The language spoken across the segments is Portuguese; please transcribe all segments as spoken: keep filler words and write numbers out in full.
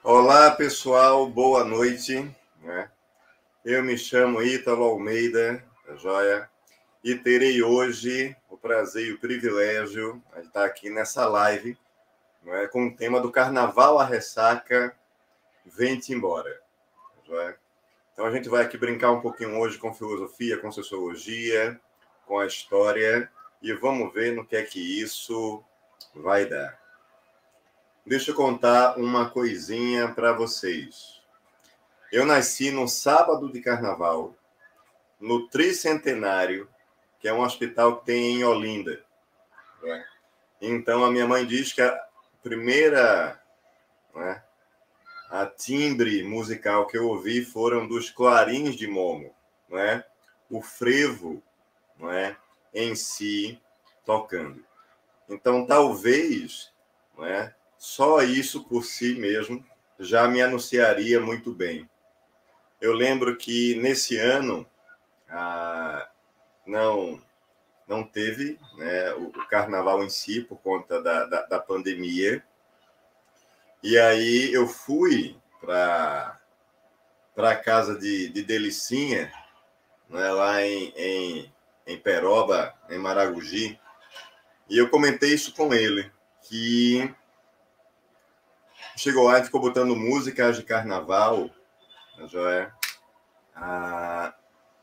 Olá, pessoal, boa noite. Né? Eu me chamo Ítalo Almeida, tá joia? E terei hoje o prazer e o privilégio de estar aqui nessa live, né, com o tema do Carnaval à Ressaca, Vem-te embora. Tá joia? Então a gente vai aqui brincar um pouquinho hoje com filosofia, com sociologia, com a história, e vamos ver no que é que isso vai dar. Deixa eu contar uma coisinha para vocês. Eu nasci no sábado de carnaval, no Tricentenário, que é um hospital que tem em Olinda. Né? Então, a minha mãe diz que a primeira, né, a timbre musical que eu ouvi foram dos clarins de Momo, né? O frevo, né, em si tocando. Então, talvez, né, só isso por si mesmo já me anunciaria muito bem. Eu lembro que nesse ano ah, não não teve, né, o, o carnaval em si por conta da, da, da pandemia. E aí eu fui para para a casa de, de Delicinha, né, lá em, em, em Peroba, em Maragogi, e eu comentei isso com ele, que chegou lá e ficou botando músicas de carnaval, né, Joé? Ah,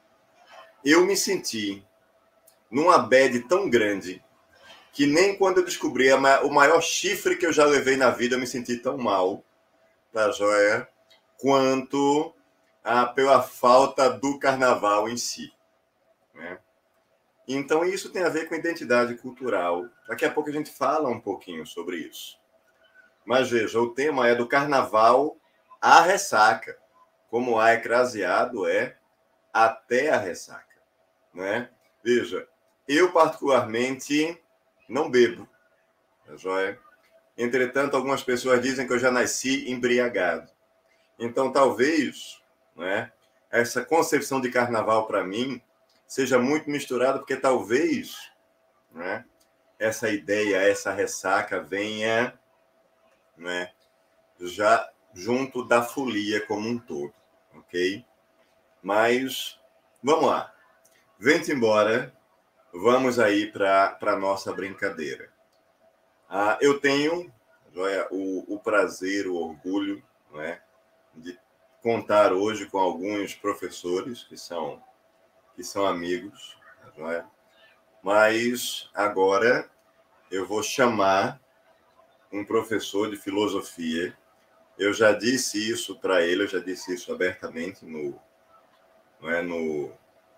eu me senti numa bad tão grande que nem quando eu descobri a ma- o maior chifre que eu já levei na vida eu me senti tão mal, tá joia? Quanto ah, pela falta do carnaval em si, né? Então isso tem a ver com identidade cultural. Daqui a pouco a gente fala um pouquinho sobre isso. Mas veja, o tema é do carnaval à ressaca. Como há ecrasiado é até a ressaca, né? Veja, eu particularmente não bebo, tá joia? Entretanto, algumas pessoas dizem que eu já nasci embriagado. Então, talvez, né, essa concepção de carnaval para mim seja muito misturada, porque talvez, né, essa ideia, essa ressaca venha, né, já junto da folia como um todo, ok? Mas vamos lá. Vem-te embora, vamos aí para a nossa brincadeira. Ah, eu tenho, joia, o, o prazer, o orgulho, né, de contar hoje com alguns professores que são, que são amigos, joia? Mas agora eu vou chamar um professor de filosofia. Eu já disse isso para ele, eu já disse isso abertamente no, não é, no,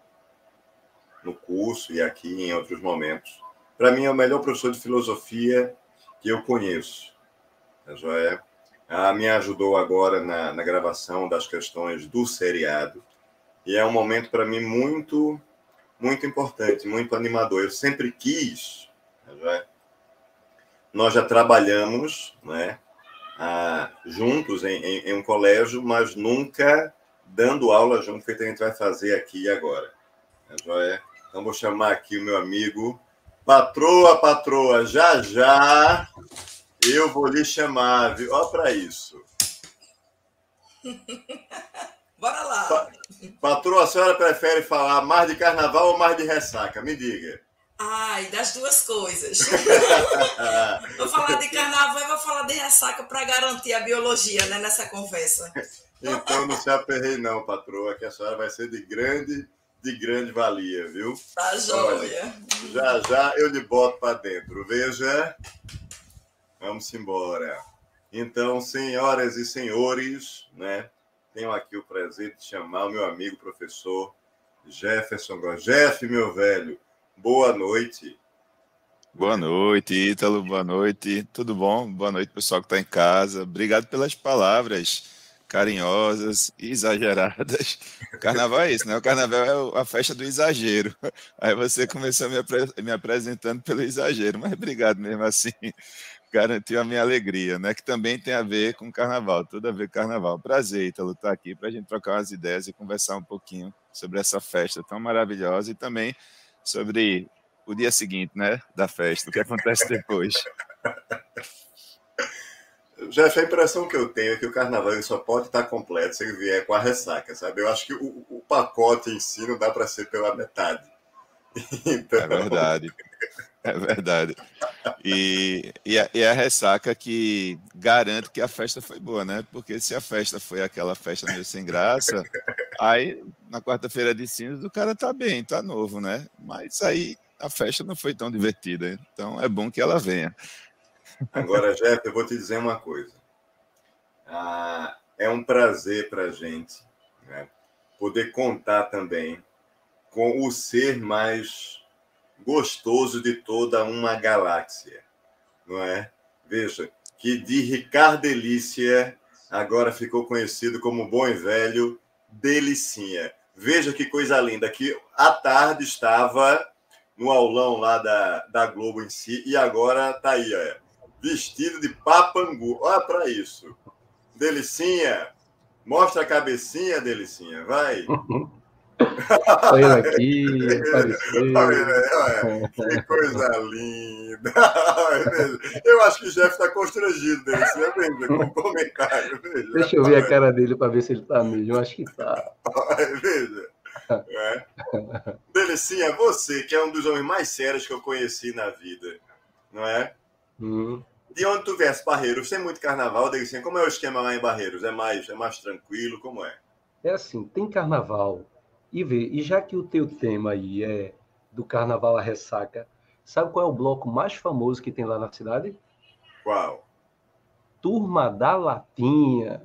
no curso e aqui em outros momentos. Para mim, é o melhor professor de filosofia que eu conheço. A joia ah, me ajudou agora na, na gravação das questões do seriado. E é um momento, para mim, muito, muito importante, muito animador. Eu sempre quis. A joia? Nós já trabalhamos, né, ah, juntos em, em, em um colégio, mas nunca dando aula junto, feito a gente vai fazer aqui e agora. A joia? Então, vou chamar aqui o meu amigo. Patroa, patroa, já já eu vou lhe chamar, viu? Olha para isso. Bora lá. Pa patroa, a senhora prefere falar mais de carnaval ou mais de ressaca? Me diga. Ai, das duas coisas. Vou falar de carnaval e vou falar de ressaca para garantir a biologia, né, nessa conversa. Então não se aperrei não, patroa, que a senhora vai ser de grande, de grande valia, viu? Tá Olha, joia. já já eu lhe boto para dentro. Veja, vamos embora. Então, senhoras e senhores, né? Tenho aqui o prazer de chamar o meu amigo professor Jefferson Góes. Jeff, meu velho, boa noite. Boa noite, Ítalo. Boa noite. Tudo bom? Boa noite, pessoal que está em casa. Obrigado pelas palavras carinhosas e exageradas. O carnaval é isso, né? O carnaval é o- a festa do exagero. Aí você começou me, apre- me apresentando pelo exagero, mas obrigado mesmo assim. Garantiu a minha alegria, né? Que também tem a ver com carnaval, tudo a ver com carnaval. Prazer, Ítalo, estar aqui para a gente trocar umas ideias e conversar um pouquinho sobre essa festa tão maravilhosa e também sobre o dia seguinte, né, da festa, o que acontece depois. Jeff, a impressão que eu tenho é que o carnaval ele só pode estar completo se ele vier com a ressaca, sabe? Eu acho que o, o pacote em si não dá para ser pela metade. Então... É verdade. É verdade. E, e, a, e a ressaca que garante que a festa foi boa, né? Porque se a festa foi aquela festa meio sem graça, aí na quarta-feira de cinzas o cara tá bem, tá novo, né? Mas aí a festa não foi tão divertida, então é bom que ela venha. Agora, Jeff, eu vou te dizer uma coisa. Ah, é um prazer para a gente, né, poder contar também com o ser mais gostoso de toda uma galáxia, não é? Veja, que de Ricardo Delícia agora ficou conhecido como bom e velho Delicinha. Veja que coisa linda, que à tarde estava no aulão lá da, da Globo em si, e agora está aí, ó, vestido de papangu. Olha para isso. Delicinha, mostra a cabecinha, Delicinha, vai. Olha aqui, apareceu. Olha, que coisa linda. Eu acho que o Jeff está constrangido, Delicinha, veja, com o comentário. Veja. Deixa eu ver a cara dele para ver se ele está mesmo. Eu acho que está. Veja. É. Delicinha, você, que é um dos homens mais sérios que eu conheci na vida, não é? Hum. De onde tu viesse, Barreiros? Tem muito carnaval, Delicinha? Como é o esquema lá em Barreiros? É mais, é mais tranquilo? Como é? É assim, tem carnaval. E vê, e já que o teu tema aí é do carnaval à ressaca, sabe qual é o bloco mais famoso que tem lá na cidade? Qual? Turma da Latinha.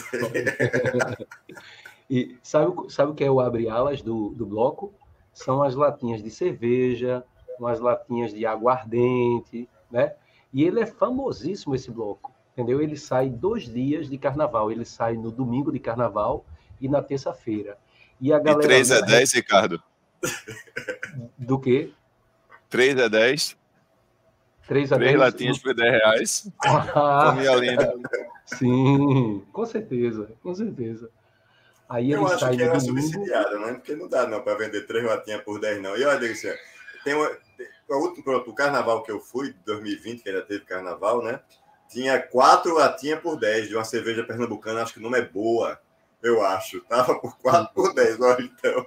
E sabe, sabe o que é o abre-alas do, do bloco? São as latinhas de cerveja, umas latinhas de aguardente, né? E ele é famosíssimo, esse bloco, entendeu? Ele sai dois dias de carnaval. Ele sai no domingo de carnaval e na terça-feira. E a galera... E três a dez, Ricardo? Do quê? três a dez? três a dez? Três latinhas por dez reais. Ah, Família linda. sim, com certeza, com certeza. Aí Eu ele acho sai que no era domingo... subsidiado, né? Porque não dá não para vender três latinhas por dez, não. E olha, Delicinha, tem uma... O, último, pronto, o carnaval que eu fui, de dois mil e vinte, que ainda teve carnaval, né? Tinha quatro latinhas por dez de uma cerveja pernambucana, acho que o nome é Boa, eu acho. Tava por quatro por dez, olha, então.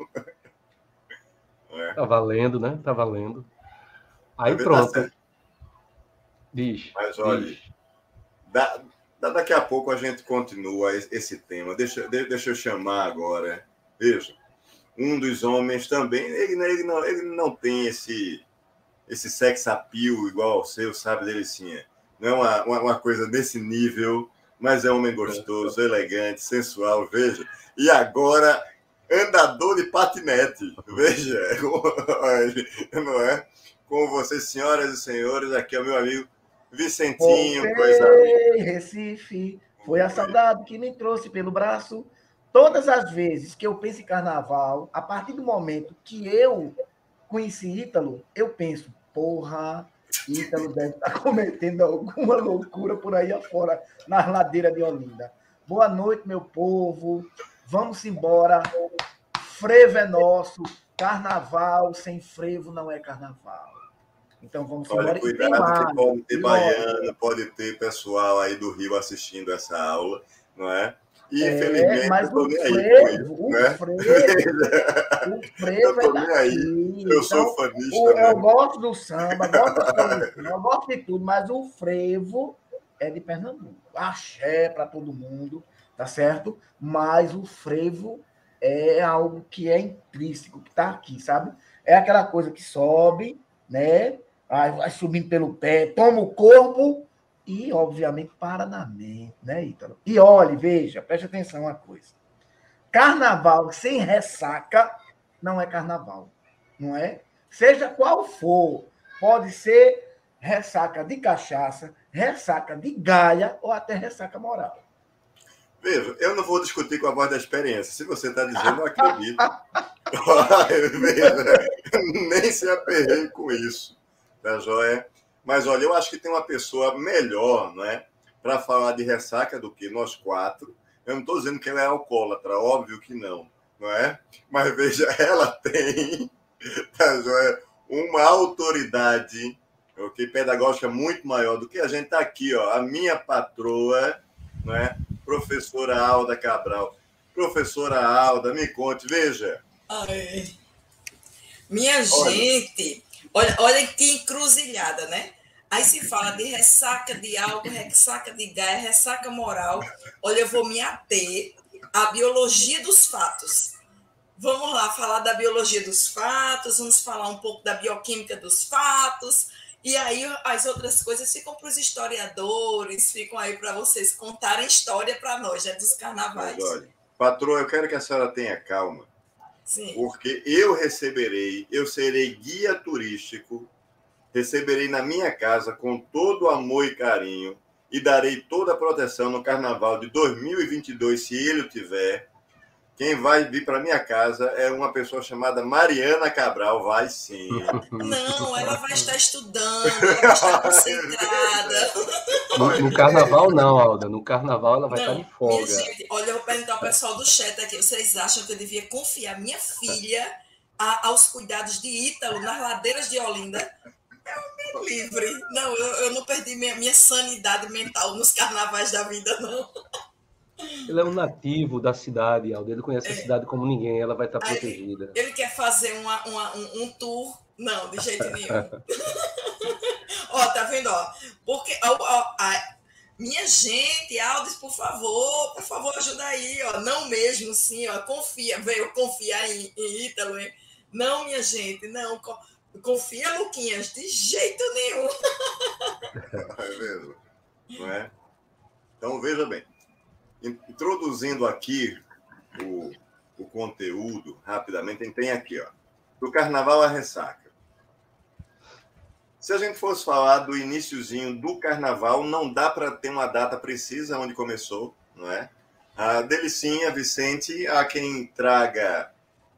É. Tá valendo, né? Tá valendo. Aí Tá pronto. certo. Diz. Mas olha, diz. da, da, daqui a pouco a gente continua esse tema. Deixa, de, deixa eu chamar agora. Veja, um dos homens também, ele, ele, não, ele não tem esse... esse sex appeal igual ao seu, sabe, Delicinha? Não é uma, uma, uma coisa desse nível, mas é um homem gostoso, elegante, sensual, veja. E agora, andador de patinete, veja. Não é? Com vocês, senhoras e senhores, aqui é o meu amigo Vicentinho. Voltei, coisa linda. Recife, foi a saudade que me trouxe pelo braço. Todas as vezes que eu penso em carnaval, a partir do momento que eu conheci Ítalo, eu penso, porra, Ítalo deve estar cometendo alguma loucura por aí afora, nas ladeiras de Olinda. Boa noite, meu povo. Vamos embora. Frevo é nosso. Carnaval sem frevo não é carnaval. Então vamos Olha, embora. cuidado, mais, que pode ter e baiano, pode ter pessoal aí do Rio assistindo essa aula, não é? E, é, infelizmente, mas eu tô o nem aí frevo, com isso, o né? frevo, o frevo Eu tô é nem daqui. aí. Eu sou Então, fanista o, eu mesmo. gosto do samba, gosto da tradição, eu gosto de tudo, mas o frevo é de Pernambuco. Axé para todo mundo, tá certo? Mas o frevo é algo que é intrínseco, que tá aqui, sabe? É aquela coisa que sobe, né? Vai, vai subindo pelo pé, toma o corpo e, obviamente, para na mente, né, Ítalo? E olhe, veja, preste atenção uma coisa. Carnaval sem ressaca não é carnaval, não é? Seja qual for, pode ser ressaca de cachaça, ressaca de gaia ou até ressaca moral. Veja, eu não vou discutir com a voz da experiência. Se você está dizendo, eu acredito. Veja, nem se aperrei com isso, tá joia? Mas, olha, eu acho que tem uma pessoa melhor, não é, para falar de ressaca do que nós quatro. Eu não estou dizendo que ela é alcoólatra, óbvio que não, não é? Mas, veja, ela tem, tá joia, uma autoridade, ok? Pedagógica muito maior do que a gente está aqui, ó. A minha patroa, não é? Professora Alda Cabral. Professora Alda, me conte, veja. Ai. Minha olha. gente, olha, olha que encruzilhada, né? Aí se fala de ressaca de álcool, ressaca de gás, ressaca moral. Olha, eu vou me ater à biologia dos fatos. Vamos lá falar da biologia dos fatos, vamos falar um pouco da bioquímica dos fatos, e aí as outras coisas ficam para os historiadores, ficam aí para vocês contarem história para nós, né, dos carnavais. Mas, olha, patroa, eu quero que a senhora tenha calma. Sim. Porque eu receberei, eu serei guia turístico, receberei na minha casa com todo amor e carinho e darei toda a proteção no carnaval de dois mil e vinte e dois, se ele o tiver. Quem vai vir para minha casa é uma pessoa chamada Mariana Cabral, vai sim. Não, ela vai estar estudando, ela vai estar concentrada. No, no carnaval não, Alda, no carnaval ela vai não, estar de folga. Minha gente, olha, eu vou perguntar ao pessoal do chat aqui, vocês acham que eu devia confiar minha filha a, aos cuidados de Ítalo nas ladeiras de Olinda? Eu me livre. Não, eu, eu não perdi minha, minha sanidade mental nos carnavais da vida, não. Ele é um nativo da cidade, Aldo. Ele conhece é. a cidade como ninguém, ela vai estar protegida. Ele quer fazer uma, uma, um, um tour? Não, de jeito nenhum. Ó, tá vendo? Ó, porque, ó, ó, a, minha gente, Aldo, por favor, por favor, ajuda aí. Ó, não mesmo, sim, ó, confia, veio confiar em, em Ítalo, hein? Não, minha gente, não. Confia, Luquinhas, de jeito nenhum. É mesmo, não é? Então, veja bem. Introduzindo aqui o, o conteúdo rapidamente, tem aqui, ó, do carnaval à ressaca. Se a gente fosse falar do iniciozinho do carnaval, não dá para ter uma data precisa onde começou, não é? A Delicinha, Vicente, há quem traga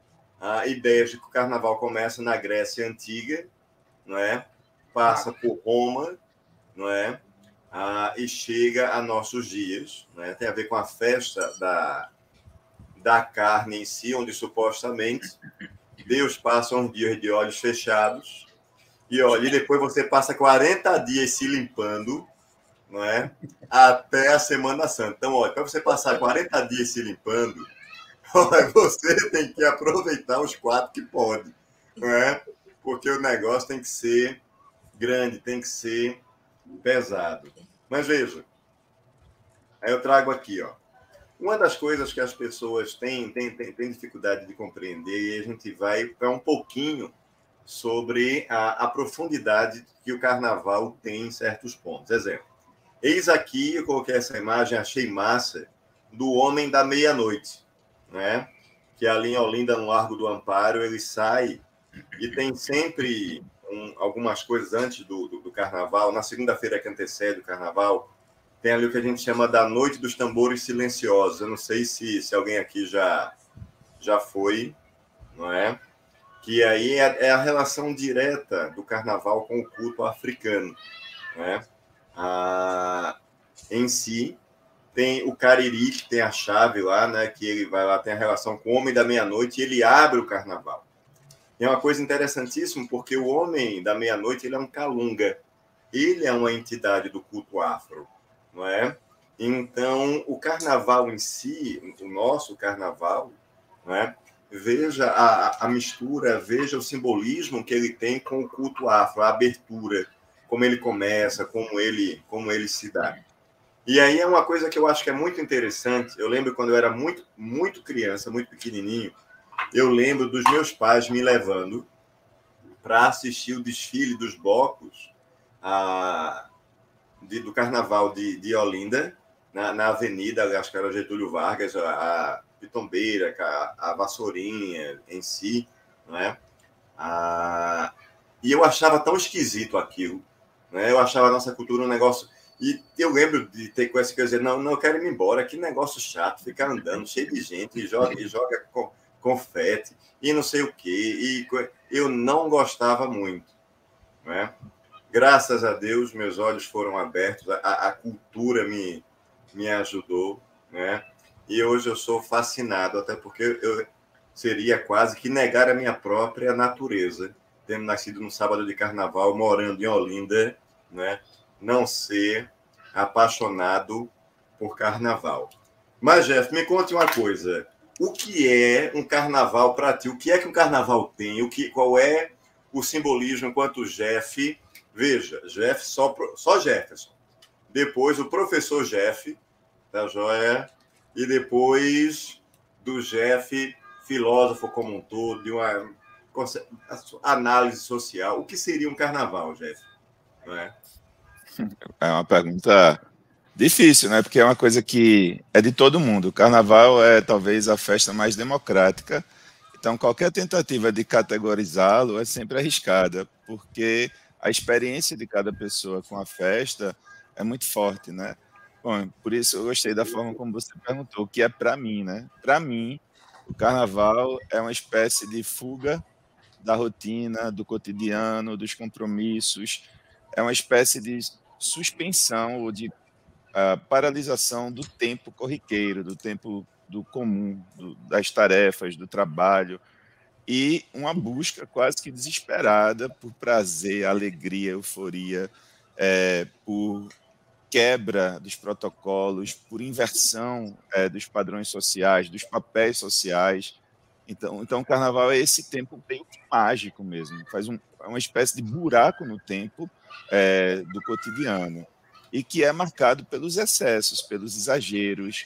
a ideia de que o carnaval começa na Grécia Antiga, não é? Passa por Roma, não é? Ah, e chega a nossos dias, né? Tem a ver com a festa da, da carne em si, onde supostamente Deus passa uns dias de olhos fechados, e olha, e depois você passa quarenta dias se limpando, não é? Até a Semana Santa. Então, olha, para você passar quarenta dias se limpando, olha, você tem que aproveitar os quatro que pode, não é? Porque o negócio tem que ser grande, tem que ser pesado. Mas veja, aí eu trago aqui, ó. Uma das coisas que as pessoas têm, têm, têm, têm dificuldade de compreender, e a gente vai para um pouquinho sobre a, a profundidade que o carnaval tem em certos pontos. Exemplo, eis aqui, eu coloquei essa imagem, achei massa, do Homem da Meia-Noite, né? Que ali em Olinda, no Largo do Amparo, ele sai e tem sempre... Um, algumas coisas antes do, do, do carnaval, na segunda-feira que antecede o carnaval, tem ali o que a gente chama da Noite dos Tambores Silenciosos. Eu não sei se, se alguém aqui já, já foi, não é? Que aí é, é a relação direta do carnaval com o culto africano, né? Ah, em si, tem o Cariri, que tem a chave lá, né? Que ele vai lá, tem a relação com o Homem da Meia-Noite, e ele abre o carnaval. É uma coisa interessantíssima, porque o Homem da Meia-Noite, ele é um calunga. Ele é uma entidade do culto afro, não é? Então, o carnaval em si, o nosso carnaval, não é? Veja a, a mistura, veja o simbolismo que ele tem com o culto afro, a abertura, como ele começa, como ele, como ele se dá. E aí é uma coisa que eu acho que é muito interessante. Eu lembro quando eu era muito, muito criança, muito pequenininho, eu lembro dos meus pais me levando para assistir o desfile dos blocos a, de, do Carnaval de, de Olinda, na, na avenida, acho que era Getúlio Vargas, a, a Pitombeira, a, a Vassourinha em si, não é? A, e eu achava tão esquisito aquilo, né? Eu achava a nossa cultura um negócio... E eu lembro de ter com essa coisa, não, não, eu quero ir embora, que negócio chato, ficar andando, cheio de gente, e joga... E joga com, confete, e não sei o quê, e eu não gostava muito, né? Graças a Deus, meus olhos foram abertos, a, a cultura me, me ajudou, né? E hoje eu sou fascinado, até porque eu seria quase que negar a minha própria natureza, tendo nascido no sábado de carnaval, morando em Olinda, né, não ser apaixonado por carnaval. Mas, Jeff, me conte uma coisa. O que é um carnaval para ti? O que é que um carnaval tem? O que, qual é o simbolismo enquanto Jeff? Veja, Jeff só, só Jefferson. Depois o professor Jeff, tá joia? E depois do Jeff, filósofo como um todo, de uma análise social. O que seria um carnaval, Jeff? Não é? É uma pergunta difícil, né? Porque é uma coisa que é de todo mundo. O carnaval é talvez a festa mais democrática. Então, qualquer tentativa de categorizá-lo é sempre arriscada, porque a experiência de cada pessoa com a festa é muito forte, né? Bom, por isso eu gostei da forma como você perguntou, o que é para mim, né? Para mim, o carnaval é uma espécie de fuga da rotina, do cotidiano, dos compromissos. É uma espécie de suspensão ou de uh, paralisação do tempo corriqueiro, do tempo do comum, do, das tarefas, do trabalho, e uma busca quase que desesperada por prazer, alegria, euforia, é, por quebra dos protocolos, por inversão é, dos padrões sociais, dos papéis sociais. Então, então, o carnaval é esse tempo meio que mágico mesmo, faz um, uma espécie de buraco no tempo é, do cotidiano, e que é marcado pelos excessos, pelos exageros,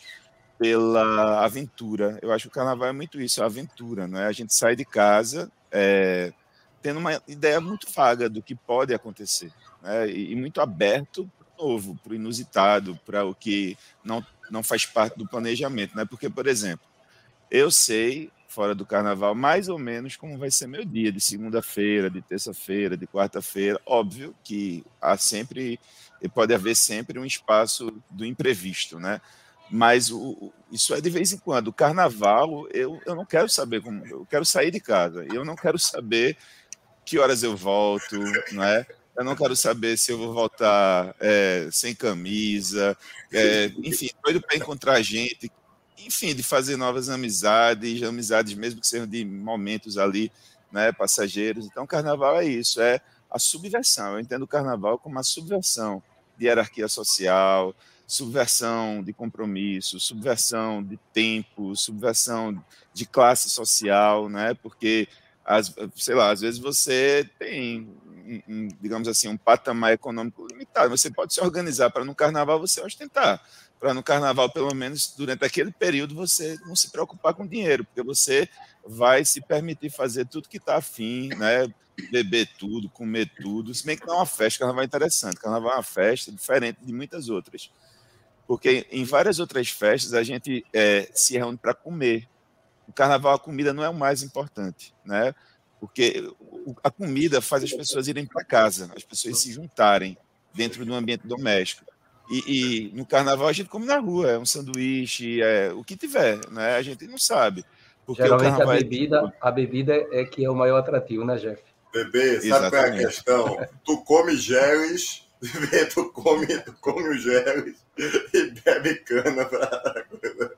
pela aventura. Eu acho que o carnaval é muito isso, a aventura, não é? A gente sai de casa é, tendo uma ideia muito vaga do que pode acontecer, né? E, e muito aberto para o novo, para o inusitado, para o que não, não faz parte do planejamento, né? Porque, por exemplo, eu sei, fora do carnaval, mais ou menos como vai ser meu dia, de segunda-feira, de terça-feira, de quarta-feira. Óbvio que há sempre, pode haver sempre um espaço do imprevisto, né? Mas o, isso é de vez em quando. O carnaval, eu, eu não quero saber como. Eu quero sair de casa. Eu não quero saber que horas eu volto, não é? Eu não quero saber se eu vou voltar é, sem camisa. É, enfim, doido para encontrar gente. Enfim, de fazer novas amizades, amizades mesmo que sejam de momentos ali, né, passageiros. Então, o carnaval é isso, é a subversão. Eu entendo o carnaval como uma subversão de hierarquia social, subversão de compromisso, subversão de tempo, subversão de classe social, né? Porque, as, sei lá, às vezes você tem, um, um, digamos assim, um patamar econômico limitado. Você pode se organizar para no carnaval você ostentar, para no carnaval, pelo menos durante aquele período, você não se preocupar com dinheiro, porque você vai se permitir fazer tudo que está afim, né? Beber tudo, comer tudo, se bem que não é uma festa. Carnaval é interessante, carnaval é uma festa diferente de muitas outras. Porque em várias outras festas a gente é, se reúne para comer. No carnaval a comida não é o mais importante, né? Porque a comida faz as pessoas irem para casa, as pessoas se juntarem dentro do ambiente doméstico. E, e no carnaval a gente come na rua, é um sanduíche, é o que tiver, né? A gente não sabe. Porque geralmente o carnaval a bebida, é... a bebida é que é o maior atrativo, né, Jeff? Bebê, sabe qual é a questão? Tu come Jerry's, tu come, tu come o Jerry's e bebe cana pra coisa.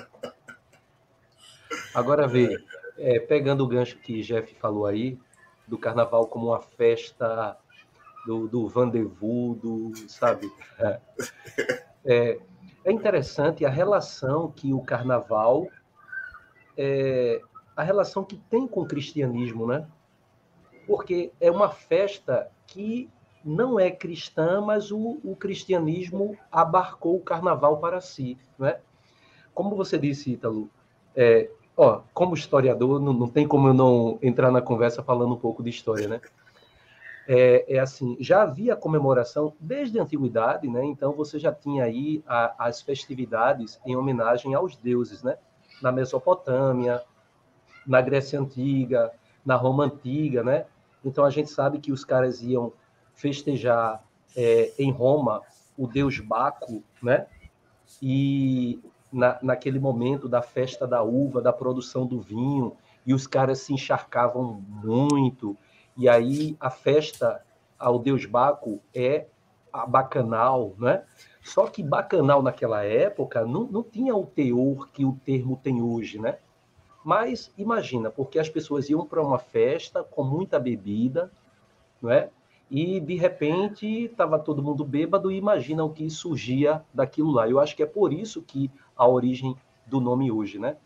Agora vê, é, pegando o gancho que Jeff falou aí, do carnaval como uma festa do, do rendezvous, do, sabe? É, é interessante a relação que o carnaval, é, a relação que tem com o cristianismo, né? Porque é uma festa que não é cristã, mas o, o cristianismo abarcou o carnaval para si, né? Como você disse, Ítalo, é, ó, como historiador, não, não tem como eu não entrar na conversa falando um pouco de história, né? É, é assim, já havia comemoração desde a antiguidade, né? Então você já tinha aí a, as festividades em homenagem aos deuses, né? Na Mesopotâmia, na Grécia Antiga, na Roma Antiga, né? Então a gente sabe que os caras iam festejar é, em Roma o deus Baco, né? E na, naquele momento da festa da uva, da produção do vinho, e os caras se encharcavam muito. E aí a festa ao deus Baco é a bacanal, né? Só que bacanal naquela época não, não tinha o teor que o termo tem hoje, né? Mas imagina, porque as pessoas iam para uma festa com muita bebida, não é? E, de repente, estava todo mundo bêbado e imagina o que surgia daquilo lá. Eu acho que é por isso que a origem do nome hoje, né?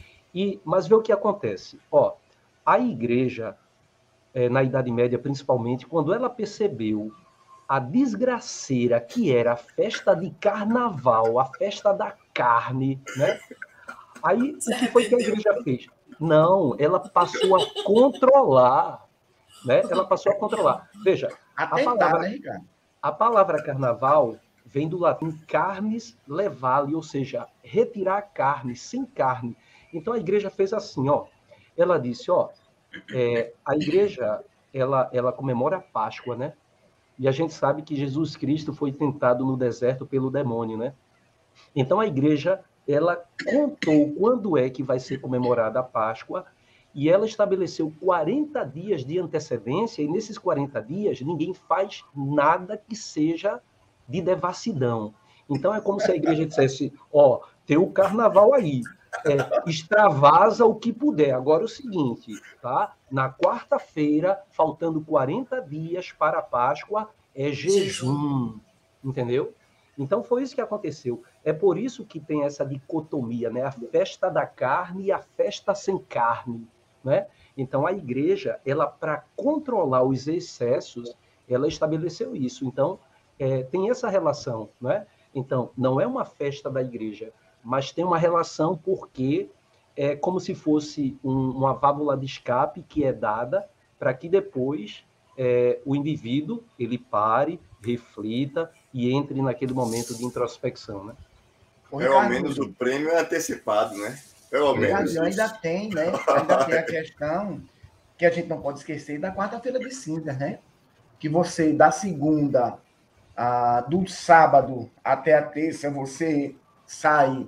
E, mas vê o que acontece. Ó, a igreja, é, na Idade Média, principalmente, quando ela percebeu a desgraceira que era a festa de carnaval, a festa da carne, né? Aí, o que foi que a igreja fez? Não, ela passou a controlar, né? Ela passou a controlar. Veja, a palavra, né, Ricardo? A palavra carnaval vem do latim carnes levale, ou seja, retirar a carne, sem carne. Então a igreja fez assim, ó. Ela disse, ó, é, a igreja ela ela comemora a Páscoa, né? E a gente sabe que Jesus Cristo foi tentado no deserto pelo demônio, né? Então a igreja ela contou quando é que vai ser comemorada a Páscoa. E ela estabeleceu quarenta dias de antecedência, e nesses quarenta dias ninguém faz nada que seja de devassidão. Então é como se a igreja dissesse, ó, tem o carnaval aí, é, extravasa o que puder. Agora o seguinte, tá? Na quarta-feira, faltando quarenta dias para a Páscoa, é jejum, entendeu? Então foi isso que aconteceu. É por isso que tem essa dicotomia, né? A festa da carne e a festa sem carne. Né? Então, a igreja, ela para controlar os excessos, ela estabeleceu isso. Então, é, tem essa relação. Né? Então, não é uma festa da igreja, mas tem uma relação porque é como se fosse um, uma válvula de escape que é dada para que depois é, o indivíduo ele pare, reflita e entre naquele momento de introspecção. Né? Pelo menos o prêmio é antecipado, né? Pelo menos. Ainda tem, né? Ainda tem a questão que a gente não pode esquecer da quarta-feira de cinzas, né? Que você, da segunda, a, do sábado até a terça, você sai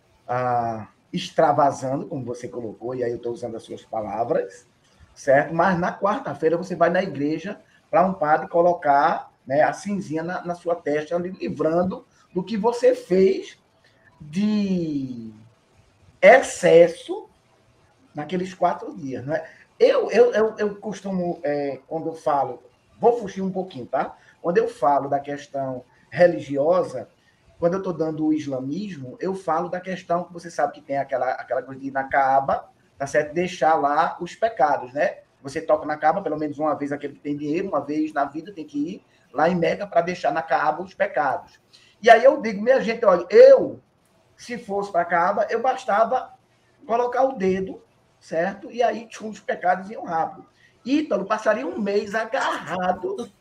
a, extravasando, como você colocou, e aí eu estou usando as suas palavras, certo? Mas na quarta-feira você vai na igreja para um padre colocar, né, a cinzinha na, na sua testa, ali, livrando do que você fez de excesso naqueles quatro dias, não é? Eu, eu, eu, eu costumo, é, quando eu falo, vou fugir um pouquinho, tá? Quando eu falo da questão religiosa, quando eu estou dando o islamismo, eu falo da questão que você sabe que tem aquela, aquela coisa de ir na Kaaba, tá certo? Deixar lá os pecados, né? Você toca na Kaaba, pelo menos uma vez aquele que tem dinheiro, uma vez na vida tem que ir lá em Meca para deixar na Kaaba os pecados. E aí eu digo, minha gente, olha, eu se fosse para a Kaaba, eu bastava colocar o dedo, certo? E aí tchum, os pecados iam rápido. Ítalo passaria um mês agarrado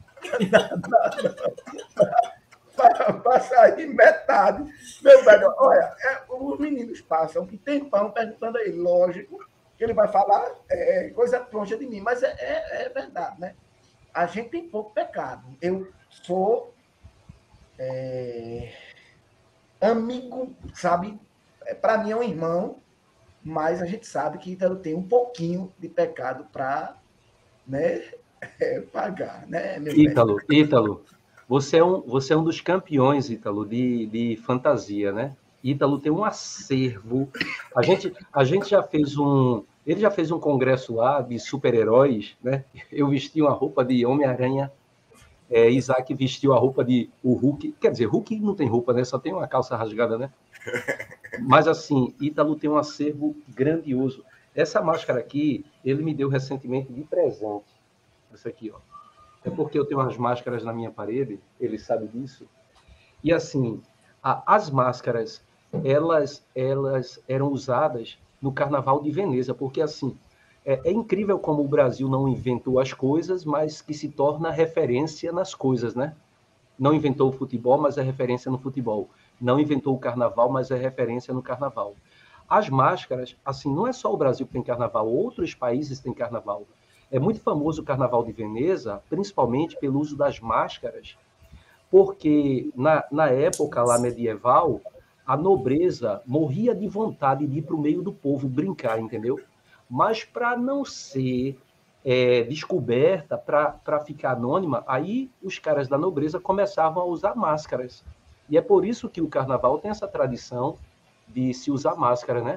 para sair metade. Meu velho, olha, é, os meninos passam que tem pão perguntando a ele, lógico, que ele vai falar é, coisa troncha de mim, mas é, é, é verdade, né? A gente tem pouco pecado. Eu sou... É... amigo, sabe? Para mim é um irmão, mas a gente sabe que Ítalo tem um pouquinho de pecado para, né, pagar, né, meu Ítalo, velho? Ítalo, você é um, você é um dos campeões, Ítalo, de, de fantasia, né? Ítalo tem um acervo. A gente, a gente já fez um, ele já fez um congresso lá de super-heróis, né? Eu vesti uma roupa de Homem-Aranha. É, Isaac vestiu a roupa de o Hulk, quer dizer, Hulk não tem roupa, né? Só tem uma calça rasgada, né? Mas assim, Ítalo tem um acervo grandioso. Essa máscara aqui, ele me deu recentemente de presente. Essa aqui, ó. É porque eu tenho umas máscaras na minha parede, ele sabe disso. E assim, a, as máscaras, elas, elas eram usadas no Carnaval de Veneza, porque assim, É, é incrível como o Brasil não inventou as coisas, mas que se torna referência nas coisas, né? Não inventou o futebol, mas é referência no futebol. Não inventou o carnaval, mas é referência no carnaval. As máscaras, assim, não é só o Brasil que tem carnaval, outros países têm carnaval. É muito famoso o Carnaval de Veneza, principalmente pelo uso das máscaras, porque na, na época lá medieval, a nobreza morria de vontade de ir para o meio do povo brincar, entendeu? Mas para não ser é, descoberta, para ficar anônima, aí os caras da nobreza começavam a usar máscaras. E é por isso que o carnaval tem essa tradição de se usar máscara, né?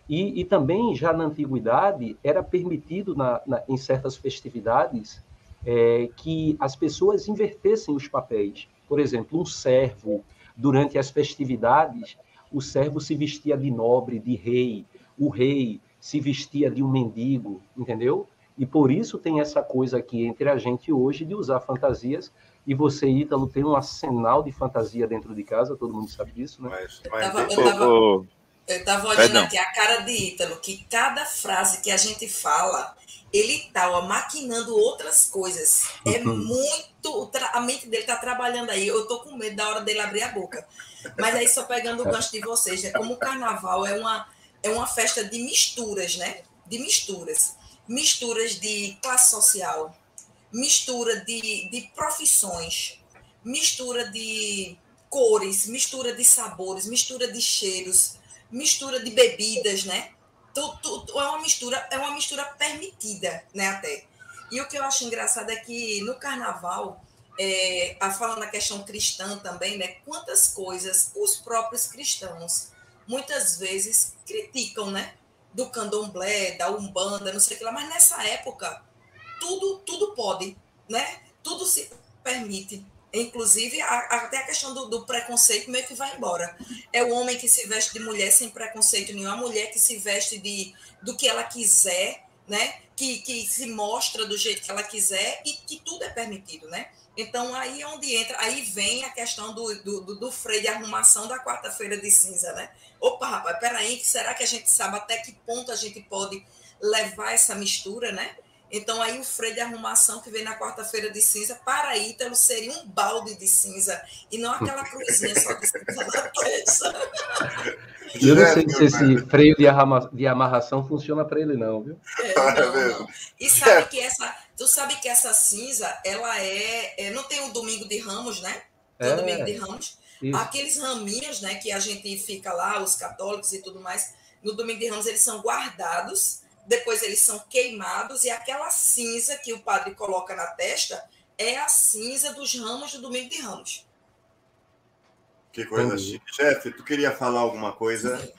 E, e também, já na antiguidade, era permitido, na, na, em certas festividades, é, que as pessoas invertessem os papéis. Por exemplo, um servo, durante as festividades, o servo se vestia de nobre, de rei, o rei se vestia de um mendigo, entendeu? E por isso tem essa coisa aqui entre a gente hoje de usar fantasias. E você, Ítalo, tem um arsenal de fantasia dentro de casa, todo mundo sabe disso, né? Mas, Eu mas tava, eu deixa- tava, Ô, ô, eu tava olhando Perdão. aqui a cara de Ítalo, que cada frase que a gente fala, ele tá ó, maquinando outras coisas. É muito. A mente dele tá trabalhando aí. Eu tô com medo da hora dele abrir a boca. Mas aí, só pegando o gancho de vocês, né? Como o carnaval é uma, é uma festa de misturas, né? De misturas. Misturas de classe social, mistura de, de profissões, mistura de cores, mistura de sabores, mistura de cheiros, mistura de bebidas, né? Tu, tu, tu- é uma mistura, é uma mistura permitida, né, até. E o que eu acho engraçado é que no carnaval, é, a falando na questão cristã também, né? Quantas coisas os próprios cristãos muitas vezes criticam, né? Do candomblé, da umbanda, não sei o que lá, mas nessa época tudo, tudo pode, né? Tudo se permite. Inclusive, a, até a questão do, do preconceito meio que vai embora. É o homem que se veste de mulher sem preconceito nenhum, a mulher que se veste de, do que ela quiser, né? Que, que se mostra do jeito que ela quiser e que tudo é permitido, né? Então, aí é onde entra, aí vem a questão do, do, do, do freio de arrumação da quarta-feira de cinza, né? Opa, rapaz, peraí, será que a gente sabe até que ponto a gente pode levar essa mistura, né? Então, aí o freio de arrumação que vem na quarta-feira de cinza, para Ítalo, seria um balde de cinza, e não aquela cruzinha só de cinza na testa. E eu não sei Jeff, se esse freio de, arrama- de amarração funciona para ele, não, viu? É, Tá não, vendo? não. E sabe que essa, tu sabe que essa cinza, ela é, é não tem o domingo de Ramos, né? Tem o É, domingo de Ramos. isso. Aqueles raminhos, né, que a gente fica lá, os católicos e tudo mais, no domingo de Ramos eles são guardados, depois eles são queimados, e aquela cinza que o padre coloca na testa é a cinza dos ramos do domingo de Ramos. Que coisa Entendi. chique. Jeff, tu queria falar alguma coisa?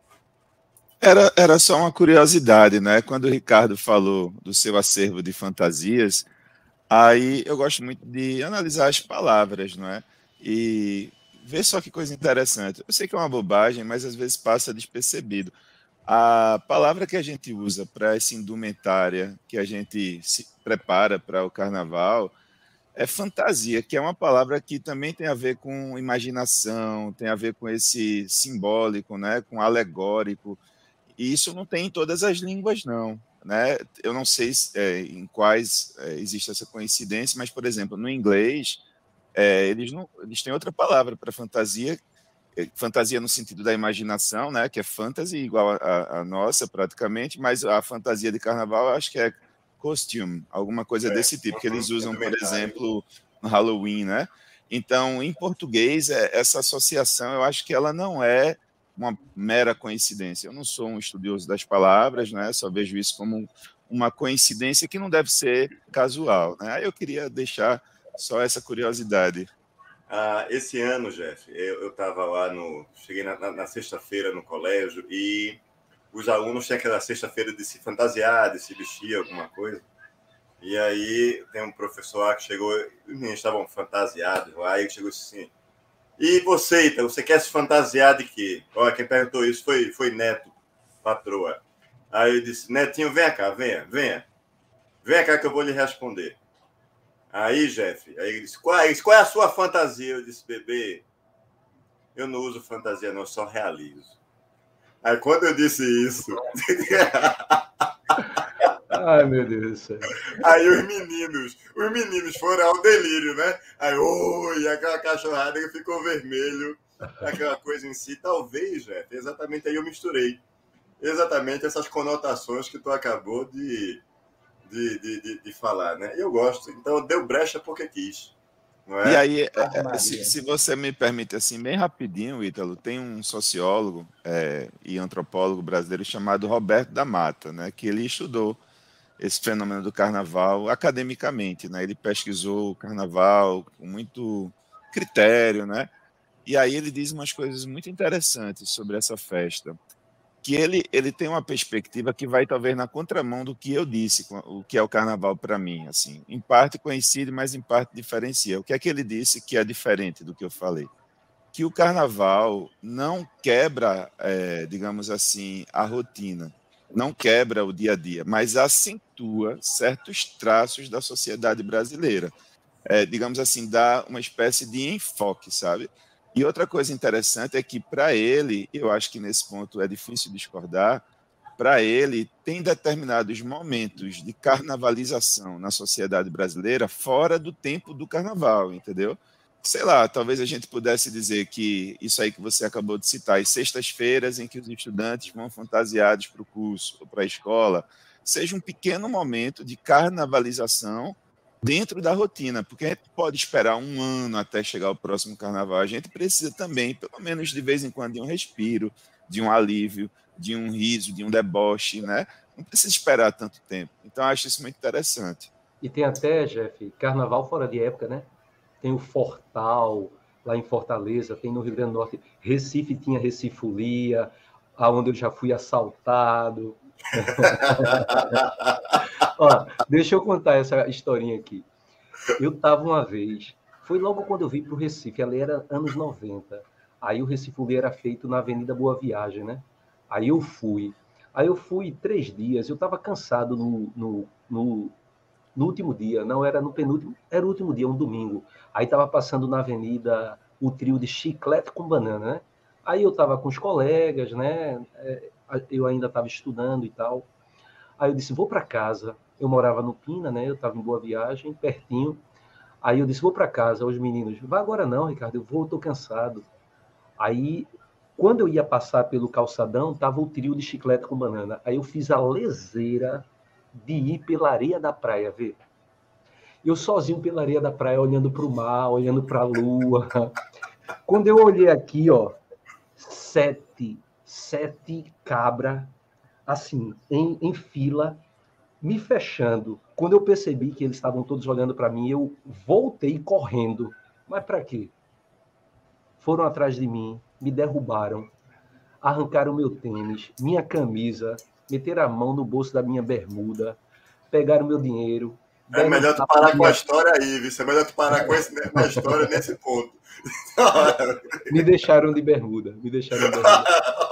Era, era só uma curiosidade, né? Quando o Ricardo falou do seu acervo de fantasias, aí eu gosto muito de analisar as palavras, não é? E ver só que coisa interessante. Eu sei que é uma bobagem, mas às vezes passa despercebido. A palavra que a gente usa para essa indumentária que a gente se prepara para o carnaval é fantasia, que é uma palavra que também tem a ver com imaginação, tem a ver com esse simbólico, né? Com alegórico. E isso não tem em todas as línguas, não. Né? Eu não sei é, em quais é, existe essa coincidência, mas, por exemplo, no inglês, é, eles, não, eles têm outra palavra para fantasia, é, fantasia no sentido da imaginação, né? Que é fantasy, igual a, a nossa, praticamente, mas a fantasia de carnaval eu acho que é costume, alguma coisa É, desse tipo, que eles usam, por indumentário. exemplo, no Halloween, né? Então, em português, é, essa associação, eu acho que ela não é uma mera coincidência. Eu não sou um estudioso das palavras, né? Só vejo isso como uma coincidência que não deve ser casual, né? Aí eu queria deixar só essa curiosidade. Ah, esse ano, Jeff, eu estava lá no. Cheguei na, na, na sexta-feira no colégio e os alunos tinham aquela sexta-feira de se fantasiar, de se vestir, alguma coisa. E aí tem um professor lá que chegou, os meninos estavam fantasiados lá, e ele chegou assim: e você, então, você quer se fantasiar de quê? Olha, quem perguntou isso foi, foi Neto, patroa. Aí eu disse: Netinho, vem cá, venha, venha. Vem cá que eu vou lhe responder. Aí, Jeff, aí ele disse: qual é, qual é a sua fantasia? Eu disse: bebê, eu não uso fantasia, não, eu só realizo. Aí quando eu disse isso, Ai, meu Deus do céu. aí os meninos, os meninos foram ao delírio, né? Aí, oi, aquela cachorrada que ficou vermelho, aquela coisa em si. Talvez, Jeff, exatamente aí eu misturei. Exatamente essas conotações que tu acabou de, de, de, de, de falar, né? E eu gosto. Então, deu brecha porque quis. Não é? E aí, é, Ave é, Maria. se, se você me permite, assim, bem rapidinho, Ítalo, tem um sociólogo é, e antropólogo brasileiro chamado Roberto da Mata, né, que ele estudou esse fenômeno do carnaval academicamente, né? Ele pesquisou o carnaval com muito critério, né? E aí ele diz umas coisas muito interessantes sobre essa festa. que ele, ele tem uma perspectiva que vai talvez na contramão do que eu disse, o que é o carnaval para mim. Assim, em parte coincide, mas em parte diferencia. O que é que ele disse que é diferente do que eu falei? Que o carnaval não quebra, é, digamos assim, a rotina, não quebra o dia a dia, mas acentua certos traços da sociedade brasileira. É, digamos assim, dá uma espécie de enfoque, sabe? E outra coisa interessante é que, para ele, eu acho que nesse ponto é difícil discordar, para ele, tem determinados momentos de carnavalização na sociedade brasileira fora do tempo do carnaval, entendeu? Sei lá, talvez a gente pudesse dizer que isso aí que você acabou de citar, as sextas-feiras em que os estudantes vão fantasiados para o curso ou para a escola, seja um pequeno momento de carnavalização dentro da rotina, porque a gente pode esperar um ano até chegar o próximo carnaval. A gente precisa também, pelo menos de vez em quando, de um respiro, de um alívio, de um riso, de um deboche, né? Não precisa esperar tanto tempo. Então, eu acho isso muito interessante. E tem até, Jeff, carnaval fora de época, né? Tem o Fortal, lá em Fortaleza, tem no Rio Grande do Norte. Recife tinha Recifolia, aonde eu já fui assaltado. Ó, deixa eu contar essa historinha aqui. Eu estava uma vez, foi logo quando eu vim para o Recife, ali era anos noventa. Aí o Recifolia era feito na Avenida Boa Viagem, né? Aí eu fui. Aí eu fui três dias, eu estava cansado no, no, no, no último dia, não era no penúltimo, era o último dia, um domingo. Aí estava passando na avenida o trio de Chiclete com Banana, né? Aí eu estava com os colegas, né? Eu ainda estava estudando e tal. Aí eu disse, vou para casa. Eu morava no Pina, né? Eu estava em Boa Viagem, pertinho. Aí eu disse, vou para casa. Os meninos, vai agora não, Ricardo, eu vou, estou cansado. Aí, quando eu ia passar pelo calçadão, tava o trio de Chiclete com Banana. Aí eu fiz a leseira de ir pela areia da praia, ver. Eu sozinho pela areia da praia, olhando para o mar, olhando para a lua. Quando eu olhei aqui, ó, sete, sete cabras, assim, em, em fila, me fechando. Quando eu percebi que eles estavam todos olhando para mim, eu voltei correndo. Mas para quê? Foram atrás de mim, me derrubaram, arrancaram meu tênis, minha camisa, meteram a mão no bolso da minha bermuda, pegaram meu dinheiro. É melhor tu parar com a história aí, viu? É melhor tu parar com esse, a história nesse ponto. Me deixaram de bermuda, me deixaram de bermuda.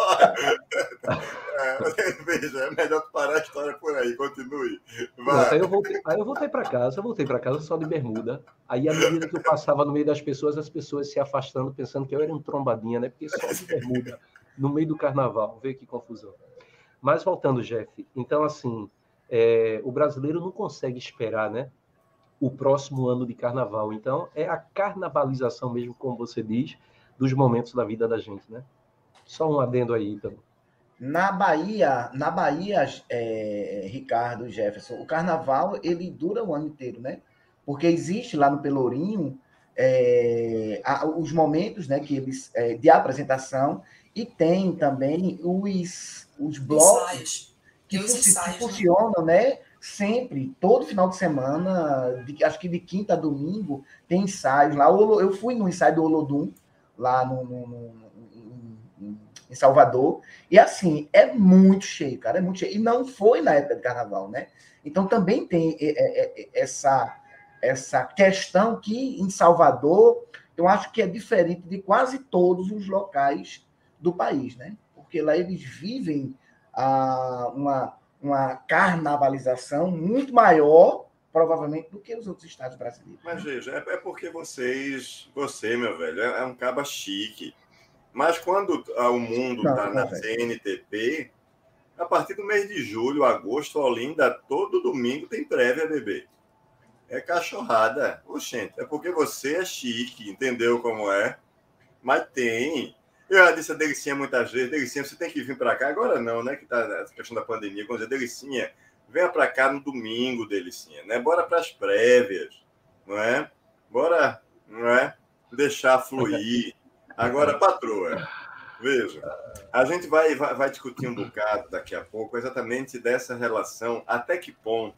É, veja, é melhor tu parar a história por aí, continue. Vai. Aí eu voltei, aí eu voltei para casa, eu voltei para casa só de bermuda. Aí, à medida que eu passava no meio das pessoas, as pessoas se afastando, pensando que eu era um trombadinha, né? Porque só de bermuda, no meio do carnaval, vê que confusão. Mas voltando, Jeff, então, assim, é, o brasileiro não consegue esperar, né? O próximo ano de carnaval. Então, é a carnavalização mesmo, como você diz, dos momentos da vida da gente, né? Só um adendo aí, então. Na Bahia, na Bahia, é, Ricardo, Jefferson, o carnaval ele dura o ano inteiro, né? Porque existe lá no Pelourinho é, os momentos, né, que eles é, de apresentação e tem também os, os blocos ensaios. que, os ensaios, que funcionam, né? né? Sempre, todo final de semana, de, acho que de quinta a domingo, tem ensaios lá. Eu fui no ensaio do Olodum, lá no, no, no, no, em Salvador, e assim, é muito cheio, cara, é muito cheio. E não foi na época de carnaval, né? Então também tem essa, essa questão que em Salvador, eu acho que é diferente de quase todos os locais do país, né? Porque lá eles vivem ah, uma uma carnavalização muito maior, provavelmente, do que os outros estados brasileiros. Mas, veja, é porque vocês, você, meu velho, é um caba chique. Mas quando o mundo está na velho. C N T P, a partir do mês de julho, agosto, Olinda, todo domingo tem prévia, bebê. É cachorrada. Oxente, é porque você é chique, entendeu como é? Mas tem... Eu já disse a Delicinha muitas vezes, Delicinha, você tem que vir para cá. Agora não, né? Que tá essa questão da pandemia. Quando eu dizer, Delicinha, venha para cá no domingo, Delicinha, né? Bora para as prévias, não é? Bora, não é? Deixar fluir. Agora, patroa, veja, a gente vai, vai, vai discutir um bocado daqui a pouco exatamente dessa relação, até que ponto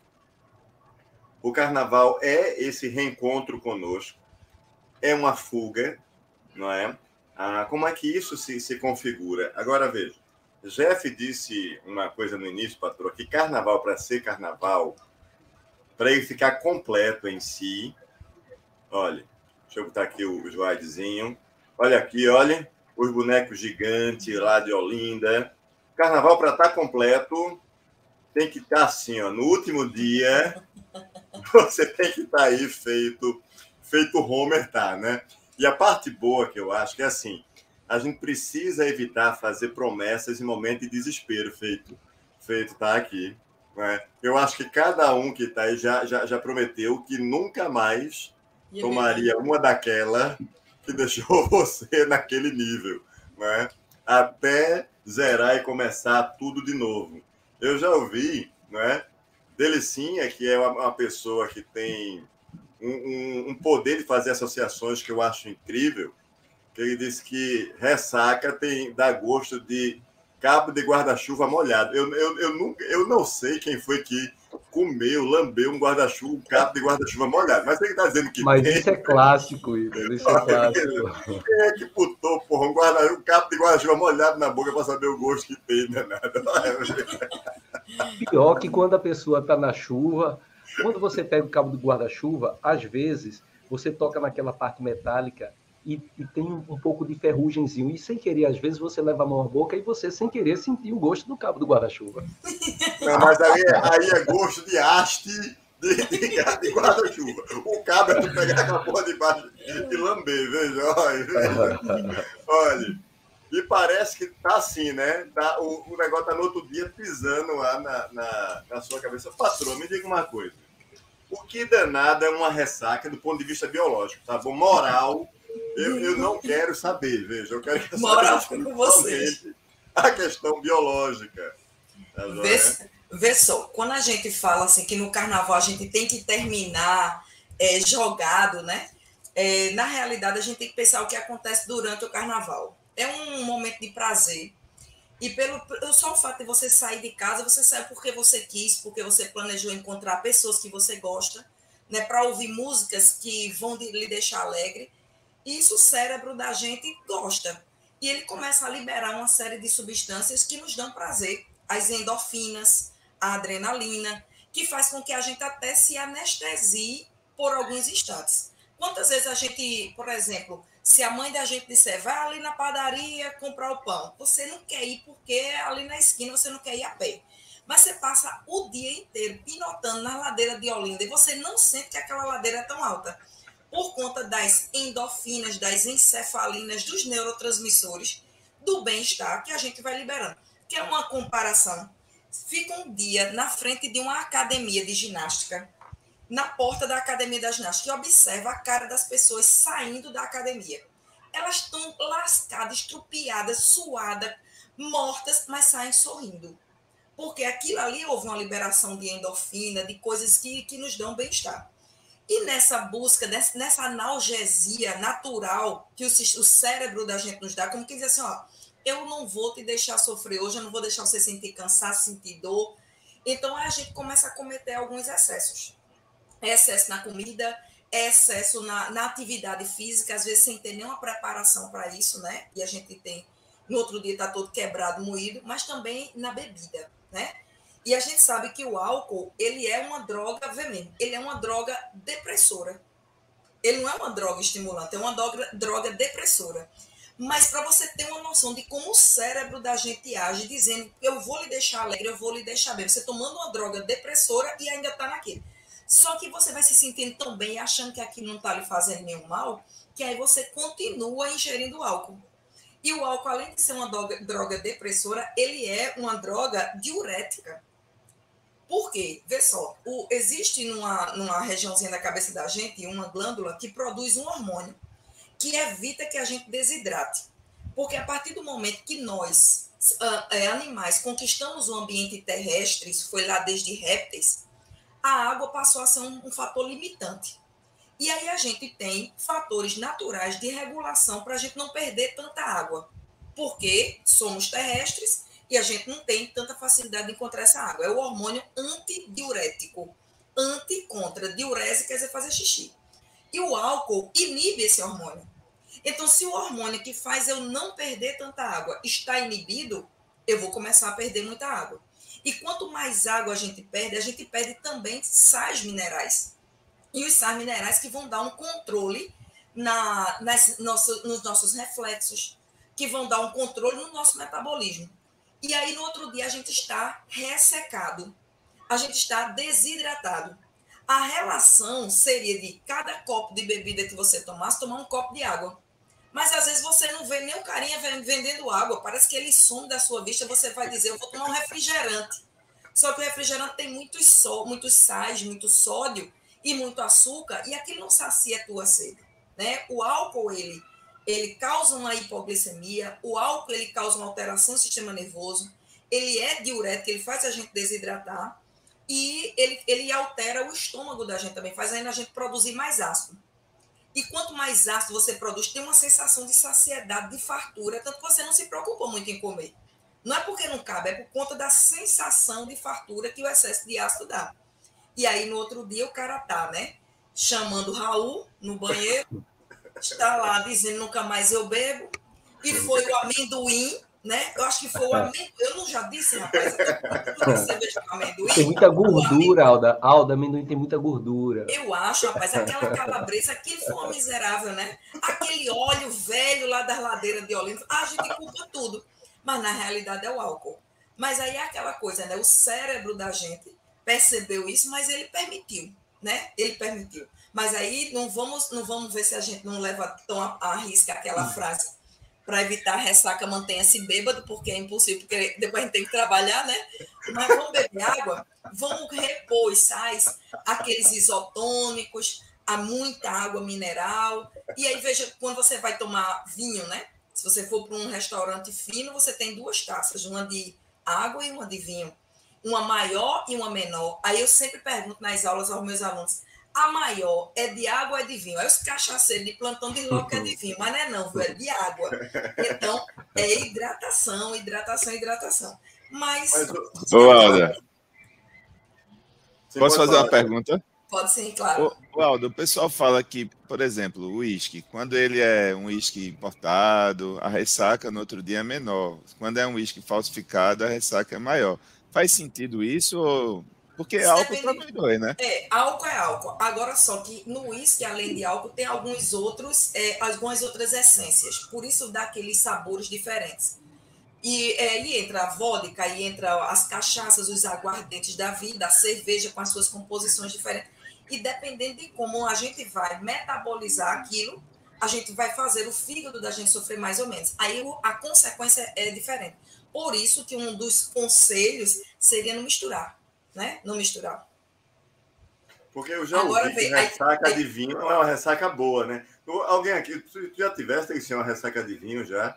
o carnaval é esse reencontro conosco, é uma fuga, não é? Ah, como é que isso se, se configura? Agora, veja, Jeff disse uma coisa no início, patroa, que carnaval, para ser carnaval, para ele ficar completo em si, olha, deixa eu botar aqui o slidezinho, olha aqui, olha, os bonecos gigantes lá de Olinda. Carnaval, para estar completo, tem que estar assim, ó, no último dia, você tem que estar aí feito, feito Homer tá, né? E a parte boa que eu acho que é assim, a gente precisa evitar fazer promessas em momento de desespero, feito, feito tá aqui. Né? Eu acho que cada um que está aí já, já, já prometeu que nunca mais tomaria uma daquela que deixou você naquele nível, né? Até zerar e começar tudo de novo. Eu já ouvi, né? Delicinha, que é uma pessoa que tem um, um, um poder de fazer associações que eu acho incrível, que ele disse que ressaca tem, dá gosto de cabo de guarda-chuva molhado. Eu, eu, eu, nunca, eu não sei quem foi que comeu, lambeu um guarda-chuva, um cabo de guarda-chuva molhado, mas ele está dizendo que mas tem. Isso é clássico, Ida, isso é clássico. Quem é que putou, porra, um, guarda, um cabo de guarda-chuva molhado na boca para saber o gosto que tem, né? Pior que quando a pessoa está na chuva, quando você pega o cabo do guarda-chuva, às vezes você toca naquela parte metálica e, e tem um, um pouco de ferrugemzinho, e sem querer, às vezes você leva a mão à boca e você, sem querer, sentiu o gosto do cabo do guarda-chuva. Não, mas aí, aí é gosto de haste de, de, de guarda-chuva. O cabo é tu pegar aquela porra de baixo e lamber, veja, olha. Veja. Olha. E parece que tá assim, né? Tá, o, o negócio tá no outro dia pisando lá na, na, na sua cabeça. Patrão, me diga uma coisa. O que danado é uma ressaca do ponto de vista biológico, tá bom? Moral, eu, eu não quero saber, veja. Eu quero que Moral fica com vocês. A questão biológica. Tá, vê, vê só, quando a gente fala assim que no carnaval a gente tem que terminar é, jogado, né? É, na realidade, a gente tem que pensar o que acontece durante o carnaval. É um momento de prazer. E pelo só o fato de você sair de casa, você sai porque você quis, porque você planejou encontrar pessoas que você gosta, né, para ouvir músicas que vão lhe deixar alegre. E isso o cérebro da gente gosta. E ele começa a liberar uma série de substâncias que nos dão prazer. As endorfinas, a adrenalina, que faz com que a gente até se anestesie por alguns instantes. Quantas vezes a gente, por exemplo... Se a mãe da gente disser, vai ali na padaria comprar o pão, você não quer ir porque ali na esquina você não quer ir a pé. Mas você passa o dia inteiro pinotando na ladeira de Olinda e você não sente que aquela ladeira é tão alta. Por conta das endorfinas, das encefalinas, dos neurotransmissores, do bem-estar que a gente vai liberando. Que é uma comparação. Fica um dia na frente de uma academia de ginástica, na porta da academia da ginástica, e observa a cara das pessoas saindo da academia. Elas estão lascadas, estrupiadas, suadas, mortas, mas saem sorrindo. Porque aquilo ali houve uma liberação de endorfina, de coisas que, que nos dão bem-estar. E nessa busca, nessa analgesia natural que o, o cérebro da gente nos dá, como que diz assim, ó, eu não vou te deixar sofrer hoje, eu não vou deixar você sentir cansaço, sentir dor. Então a gente começa a cometer alguns excessos. Excesso na comida, excesso na, na atividade física, às vezes sem ter nenhuma preparação para isso, né? E a gente tem, no outro dia está todo quebrado, moído, mas também na bebida, né? E a gente sabe que o álcool, ele é uma droga veneno, ele é uma droga depressora. Ele não é uma droga estimulante, é uma droga, droga depressora. Mas para você ter uma noção de como o cérebro da gente age, dizendo, eu vou lhe deixar alegre, eu vou lhe deixar bem. Você tomando uma droga depressora e ainda está naquilo. Só que você vai se sentindo tão bem, achando que aquilo não está lhe fazendo nenhum mal, que aí você continua ingerindo álcool. E o álcool, além de ser uma droga, droga depressora, ele é uma droga diurética. Por quê? Vê só, o, existe numa, numa regiãozinha da cabeça da gente uma glândula que produz um hormônio que evita que a gente desidrate. Porque a partir do momento que nós, uh, é, animais, conquistamos o ambiente terrestre, isso foi lá desde répteis, a água passou a ser um, um fator limitante. E aí a gente tem fatores naturais de regulação para a gente não perder tanta água. Porque somos terrestres e a gente não tem tanta facilidade de encontrar essa água. É o hormônio antidiurético. Anti contra diurese quer dizer fazer xixi. E o álcool inibe esse hormônio. Então, se o hormônio que faz eu não perder tanta água está inibido, eu vou começar a perder muita água. E quanto mais água a gente perde, a gente perde também sais minerais. E os sais minerais que vão dar um controle na, nas, nosso, nos nossos reflexos, que vão dar um controle no nosso metabolismo. E aí, no outro dia, a gente está ressecado, a gente está desidratado. A relação seria de cada copo de bebida que você tomasse, tomar um copo de água. Mas, às vezes, você não vê nem o carinha vendendo água, parece que ele some da sua vista, você vai dizer, eu vou tomar um refrigerante. Só que o refrigerante tem muitos, so, muitos sais, muito sódio e muito açúcar, e aquilo não sacia a tua sede, né? O álcool, ele, ele causa uma hipoglicemia, o álcool, ele causa uma alteração do sistema nervoso, ele é diurético, ele faz a gente desidratar, e ele, ele altera o estômago da gente também, faz ainda a gente produzir mais ácido. E quanto mais ácido você produz, tem uma sensação de saciedade, de fartura, tanto que você não se preocupa muito em comer. Não é porque não cabe, é por conta da sensação de fartura que o excesso de ácido dá. E aí, no outro dia, o cara tá, né, chamando o Raul no banheiro, está lá dizendo nunca mais eu bebo, e foi o amendoim, né? Eu acho que foi o amendoim. Eu não já disse, rapaz, eu cerveja com amendoim. Tem muita gordura, Alda. Alda, amendoim tem muita gordura. Eu acho, rapaz, aquela calabresa, aquilo foi uma miserável, né? Aquele óleo velho lá das ladeiras de Olinda, a gente culpa tudo. Mas, na realidade, é o álcool. Mas aí é aquela coisa, né? O cérebro da gente percebeu isso, mas ele permitiu, né? Ele permitiu. Mas aí não vamos, não vamos ver se a gente não leva tão a, a risca aquela frase para evitar ressaca, mantenha-se bêbado, porque é impossível, porque depois a gente tem que trabalhar, né? Mas vamos beber água, vamos repor os sais, aqueles isotônicos, há muita água mineral. E aí, veja, quando você vai tomar vinho, né? Se você for para um restaurante fino, você tem duas taças, uma de água e uma de vinho. Uma maior e uma menor. Aí eu sempre pergunto nas aulas aos meus alunos, a maior é de água ou é de vinho? Aí os cachaceiros de plantão dizem logo que é de vinho, mas não é não, viu? É de água. Então, é hidratação, hidratação, hidratação. Mas... mas ô, Alda, posso fazer falar? uma pergunta? Pode sim, claro. Ô, Aldo, o pessoal fala que, por exemplo, o uísque, quando ele é um uísque importado, a ressaca no outro dia é menor. Quando é um uísque falsificado, a ressaca é maior. Faz sentido isso? Ou... Porque Isso álcool também dói, né? É, álcool é álcool. Agora, só que no uísque, além de álcool, tem alguns outros, é, algumas outras essências. Por isso dá aqueles sabores diferentes. E é, e entra a vodka, e entra as cachaças, os aguardentes da vida, a cerveja com as suas composições diferentes. E dependendo de como a gente vai metabolizar aquilo, a gente vai fazer o fígado da gente sofrer mais ou menos. Aí a consequência é diferente. Por isso que um dos conselhos seria não misturar, né? Não misturar. Porque eu já Agora, ouvi que ressaca aí, de vinho é uma ressaca boa, né? Alguém aqui, tu já tiveste que ser uma ressaca de vinho já?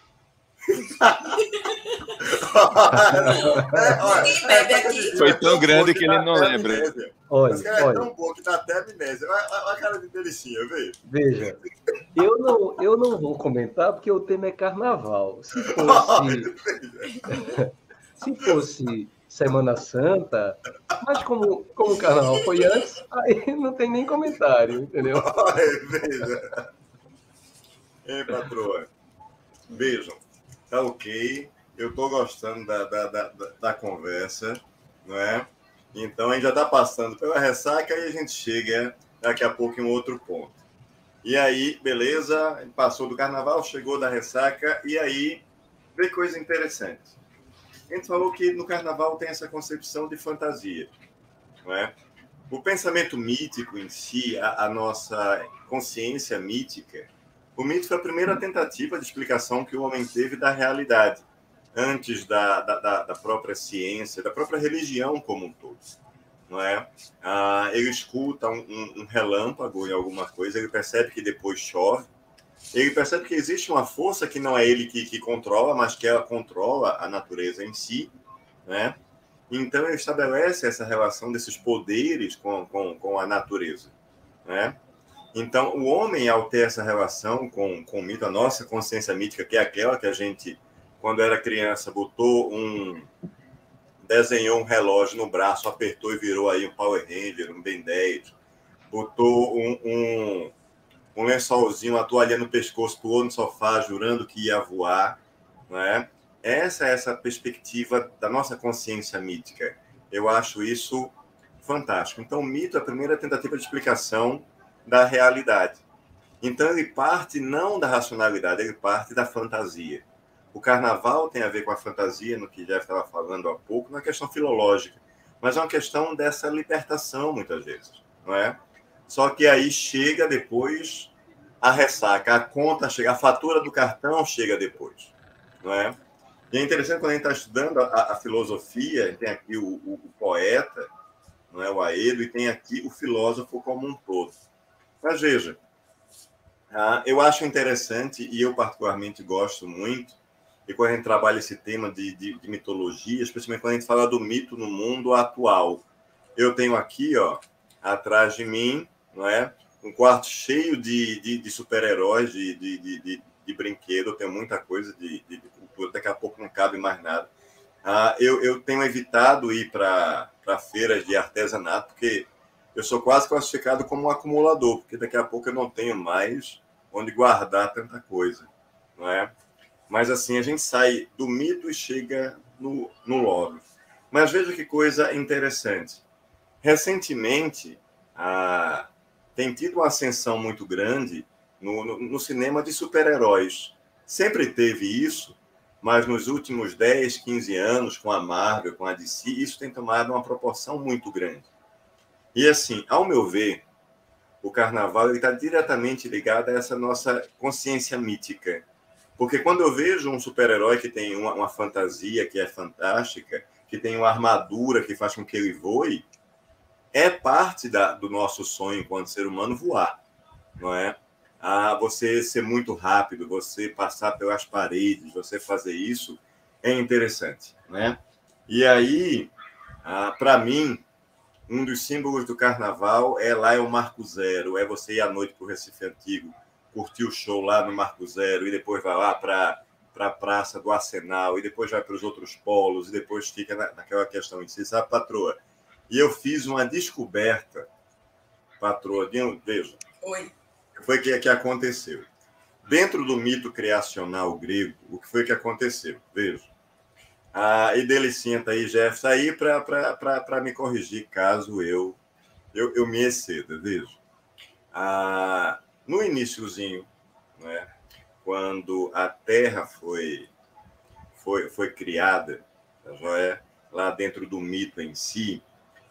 Ninguém bebe aqui. Foi tão grande que ele não lembra. Olha, Mas cara, é tão bom que dá até amnésia. Olha a cara de delicinha, veja. Veja, eu não, eu não vou comentar porque o tema é carnaval. Se fosse, se fosse Semana Santa, mas como, como o carnaval foi antes, aí não tem nem comentário, entendeu? Olha, veja. Ei, patroa, vejam. Tá ok, eu estou gostando da, da, da, da conversa, não é? Então, a gente já está passando pela ressaca e a gente chega daqui a pouco em um outro ponto. E aí, beleza, passou do carnaval, chegou da ressaca, e aí, vê coisa interessante. A gente falou que no carnaval tem essa concepção de fantasia, não é? O pensamento mítico em si, a, a nossa consciência mítica, o mito foi a primeira tentativa de explicação que o homem teve da realidade, antes da, da, da própria ciência, da própria religião como um todo. Não é? Ah, ele escuta um, um, um relâmpago em alguma coisa, ele percebe que depois chove, ele percebe que existe uma força que não é ele que, que controla, mas que ela controla a natureza em si. Né? Então ele estabelece essa relação desses poderes com, com, com a natureza. Né? Então, o homem, ao ter essa relação com, com o mito, a nossa consciência mítica, que é aquela que a gente, quando era criança, botou um... desenhou um relógio no braço, apertou e virou aí um Power Ranger, um Ben dez, botou um, um, um lençolzinho, uma toalha no pescoço, pulou no sofá, jurando que ia voar, né? essa é essa perspectiva da nossa consciência mítica. Eu acho isso fantástico. Então, o mito é a primeira tentativa de explicação da realidade. Então, ele parte não da racionalidade, ele parte da fantasia. O carnaval tem a ver com a fantasia, no que Jeff estava falando há pouco, na questão filológica, mas é uma questão dessa libertação, muitas vezes, não é? Só que aí chega depois a ressaca, a conta chega, a fatura do cartão chega depois, não é? E é interessante quando a gente está estudando a, a filosofia, tem aqui o, o, o poeta, não é, o Aedo, e tem aqui o filósofo como um todo. Mas veja, ah, eu acho interessante, e eu particularmente gosto muito, e quando a gente trabalha esse tema de, de, de mitologia, especialmente quando a gente fala do mito no mundo atual. Eu tenho aqui, ó, atrás de mim, não é, um quarto cheio de, de, de super-heróis, de, de, de, de, de brinquedo, eu tenho muita coisa de, de, de cultura, daqui a pouco não cabe mais nada. Ah, eu, eu tenho evitado ir para feiras de artesanato, porque eu sou quase classificado como um acumulador, porque daqui a pouco eu não tenho mais onde guardar tanta coisa, não é? Mas assim, a gente sai do mito e chega no, no logos. Mas veja que coisa interessante. Recentemente, ah, tem tido uma ascensão muito grande no, no, no cinema de super-heróis. Sempre teve isso, mas nos últimos dez, quinze anos, com a Marvel, com a D C, isso tem tomado uma proporção muito grande. E assim, ao meu ver, o carnaval está diretamente ligado a essa nossa consciência mítica. Porque quando eu vejo um super-herói que tem uma, uma fantasia que é fantástica, que tem uma armadura que faz com que ele voe, é parte da, do nosso sonho enquanto ser humano voar, não é? Ah, você ser muito rápido, você passar pelas paredes, você fazer isso, é interessante, né? E aí, ah, para mim, um dos símbolos do carnaval é lá é o Marco Zero, é você ir à noite para o Recife Antigo, curtir o show lá no Marco Zero, e depois vai lá para para a Praça do Arsenal, e depois vai para os outros polos, e depois fica na, naquela questão em si, sabe, patroa? E eu fiz uma descoberta, patroa, veja. Oi. O que foi que, que aconteceu? Dentro do mito criacional grego, o que foi que aconteceu? Veja. Ah, e delicinha tá aí, Jeff, tá aí para me corrigir caso eu, eu, eu me exceda, veja. Ah, no iniciozinho, né, quando a Terra foi, foi, foi criada, tá joia? Lá dentro do mito em si,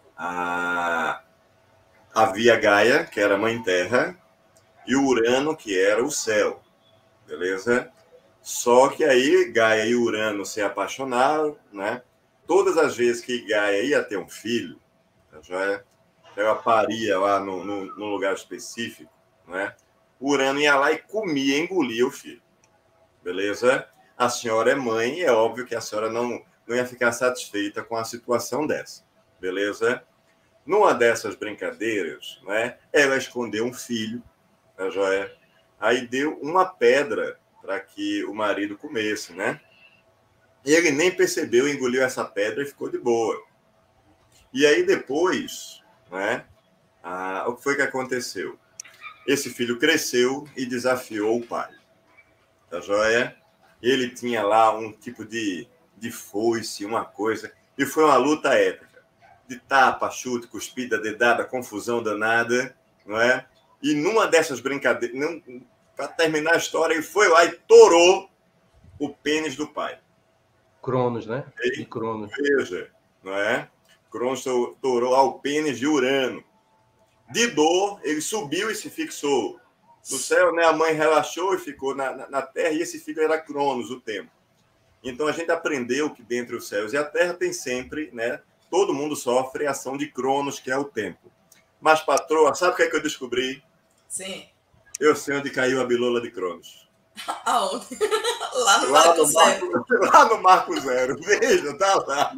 a, havia Gaia, que era a Mãe Terra, e o Urano, que era o céu, beleza? Só que aí Gaia e Urano se apaixonaram, né? Todas as vezes que Gaia ia ter um filho, tá joia? Ela paria lá no, no, num lugar específico, né? O Urano ia lá e comia, engolia o filho. Beleza? A senhora é mãe, é óbvio que a senhora não, não ia ficar satisfeita com a situação dessa. Beleza? Numa dessas brincadeiras, né, ela escondeu um filho, tá joia? Aí deu uma pedra para que o marido comesse, né? E ele nem percebeu, engoliu essa pedra e ficou de boa. E aí depois, né, ah, o que foi que aconteceu? Esse filho cresceu e desafiou o pai. Tá joia? Ele tinha lá um tipo de, de foice, uma coisa, e foi uma luta épica. De tapa, chute, cuspida, dedada, confusão danada, não é? E numa dessas brincadeiras, para terminar a história, ele foi lá e torou o pênis do pai. Cronos, né? E, e Cronos. Veja, não é? Cronos torou lá o pênis de Urano. De dor, ele subiu e se fixou no céu, né? A mãe relaxou e ficou na, na, na terra, e esse filho era Cronos, o tempo. Então, a gente aprendeu que dentre os céus e a terra tem sempre, né? Todo mundo sofre a ação de Cronos, que é o tempo. Mas, patroa, sabe o que é que eu descobri? Sim. Eu sei onde caiu a bilola de Cronos. Aonde? Lá no lá Marco no Zero. Marco, lá no Marco Zero. Veja, tá lá.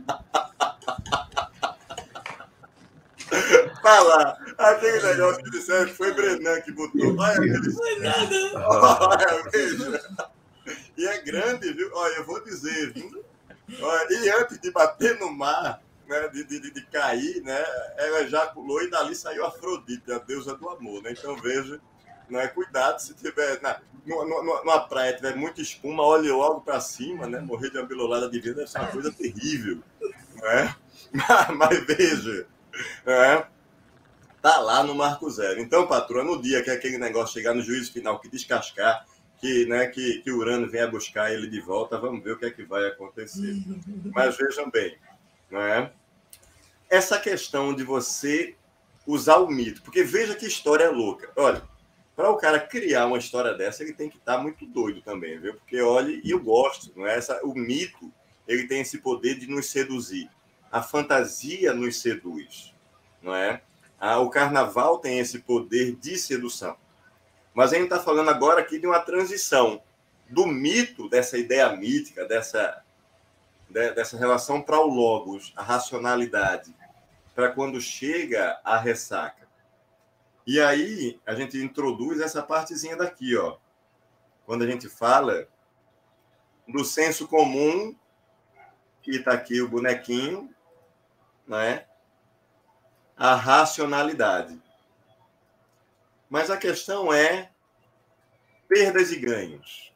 Tá lá. Aquele negócio que disseram que foi Brenan que botou. Olha, aquele... Não é nada. Olha, veja. E é grande, viu? Olha, eu vou dizer, viu? Olha, e antes de bater no mar, né, de, de, de cair, né, ela ejaculou e dali saiu Afrodite, a deusa do amor, né? Então, veja, Não é? Cuidado se tiver na, numa, numa praia tiver muita espuma, olhe logo para cima, né? Morrer de uma bilolada de vida deve ser uma coisa terrível, não é? Mas, mas veja, não é? Tá lá no marco zero. Então, patroa, no dia que aquele negócio chegar no juízo final, que descascar, que, né, que, que o Urano venha buscar ele de volta, vamos ver o que é que vai acontecer. Mas vejam bem, não é? Essa questão de você usar o mito, porque veja que história louca. Olha, para o cara criar uma história dessa, ele tem que estar muito doido também, viu? Porque, olha, e eu gosto, não é? Essa, o mito, ele tem esse poder de nos seduzir. A fantasia nos seduz, não é? Ah, o carnaval tem esse poder de sedução. Mas a gente está falando agora aqui de uma transição do mito, dessa ideia mítica, dessa, de, dessa relação para o logos, a racionalidade, para quando chega a ressaca. E aí a gente introduz essa partezinha daqui, ó, quando a gente fala do senso comum, que está aqui o bonequinho, né? A racionalidade. Mas a questão é perdas e ganhos.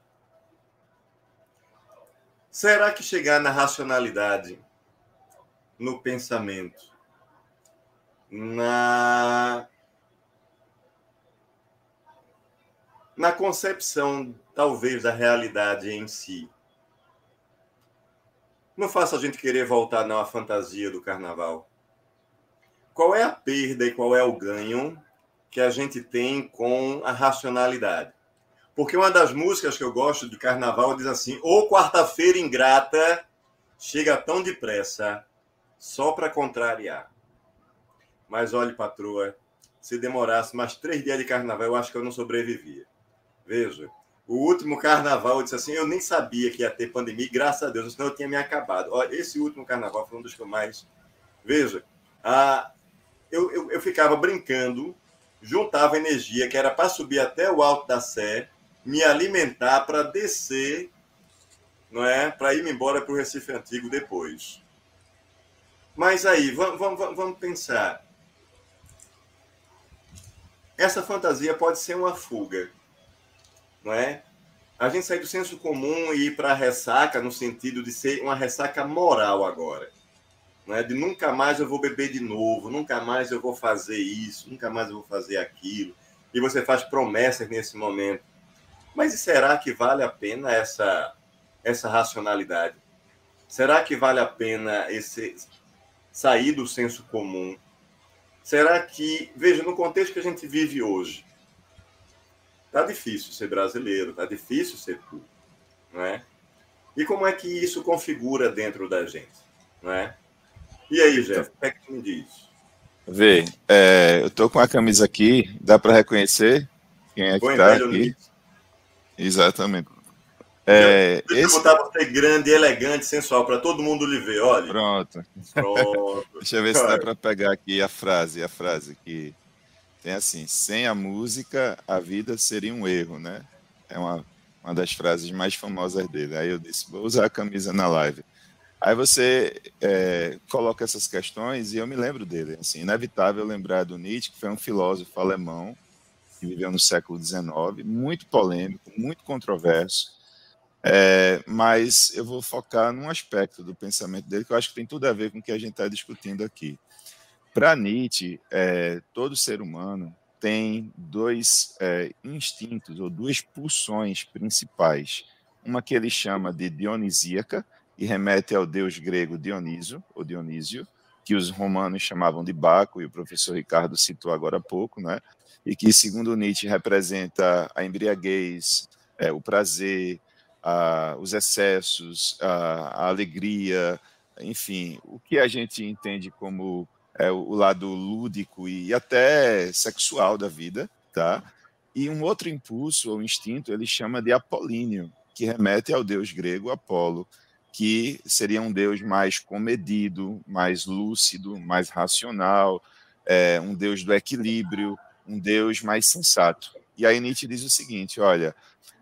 Será que chegar na racionalidade, no pensamento, na, na concepção, talvez, da realidade em si, não faça a gente querer voltar na fantasia do carnaval? Qual é a perda e qual é o ganho que a gente tem com a racionalidade? Porque uma das músicas que eu gosto de carnaval diz assim: ô quarta-feira ingrata, chega tão depressa, só para contrariar. Mas olhe, patroa, se demorasse mais três dias de carnaval, eu acho que eu não sobrevivia. Veja, o último carnaval, eu disse assim, eu nem sabia que ia ter pandemia, graças a Deus, senão eu tinha me acabado. Olha, esse último carnaval foi um dos que eu mais... Veja, a... Eu, eu, eu ficava brincando, juntava energia, que era para subir até o Alto da Sé, me alimentar para descer, não é? Para ir embora para o Recife Antigo depois. Mas aí, vamos, vamos, vamos pensar. Essa fantasia pode ser uma fuga, não é? A gente sair do senso comum e ir para a ressaca, no sentido de ser uma ressaca moral agora. Né? De nunca mais eu vou beber de novo, nunca mais eu vou fazer isso, nunca mais eu vou fazer aquilo. E você faz promessas nesse momento. Mas será que vale a pena essa, essa racionalidade? Será que vale a pena esse sair do senso comum? Será que, veja, no contexto que a gente vive hoje, tá difícil ser brasileiro, tá difícil ser público, não é? E como é que isso configura dentro da gente, não é? E aí, Jeff, o que é que tu me diz? Vê, é, eu tô com a camisa aqui, dá para reconhecer quem é que Põe tá velho aqui? nisso. Exatamente. É, Deixa eu esse... botar você grande, elegante, sensual, para todo mundo lhe ver, olha. Pronto. Pronto. Deixa eu ver se dá para pegar aqui a frase, a frase que tem assim: sem a música, a vida seria um erro, né? É uma, uma das frases mais famosas dele. Aí eu disse, vou usar a camisa na live. Aí você é, coloca essas questões e eu me lembro dele. Assim, inevitável lembrar do Nietzsche, que foi um filósofo alemão que viveu no século dezenove, muito polêmico, muito controverso, é, mas eu vou focar num aspecto do pensamento dele que eu acho que tem tudo a ver com o que a gente está discutindo aqui. Para Nietzsche, é, todo ser humano tem dois é, instintos ou duas pulsões principais. Uma que ele chama de dionisíaca, e remete ao deus grego Dioniso, ou Dionísio, que os romanos chamavam de Baco, e o professor Ricardo citou agora há pouco, né? E que, segundo Nietzsche, representa a embriaguez, é, o prazer, a, os excessos, a, a alegria, enfim, o que a gente entende como é, o lado lúdico e até sexual da vida, tá? E um outro impulso ou instinto ele chama de apolíneo, que remete ao deus grego Apolo, que seria um Deus mais comedido, mais lúcido, mais racional, é, um Deus do equilíbrio, um Deus mais sensato. E aí Nietzsche diz o seguinte, olha,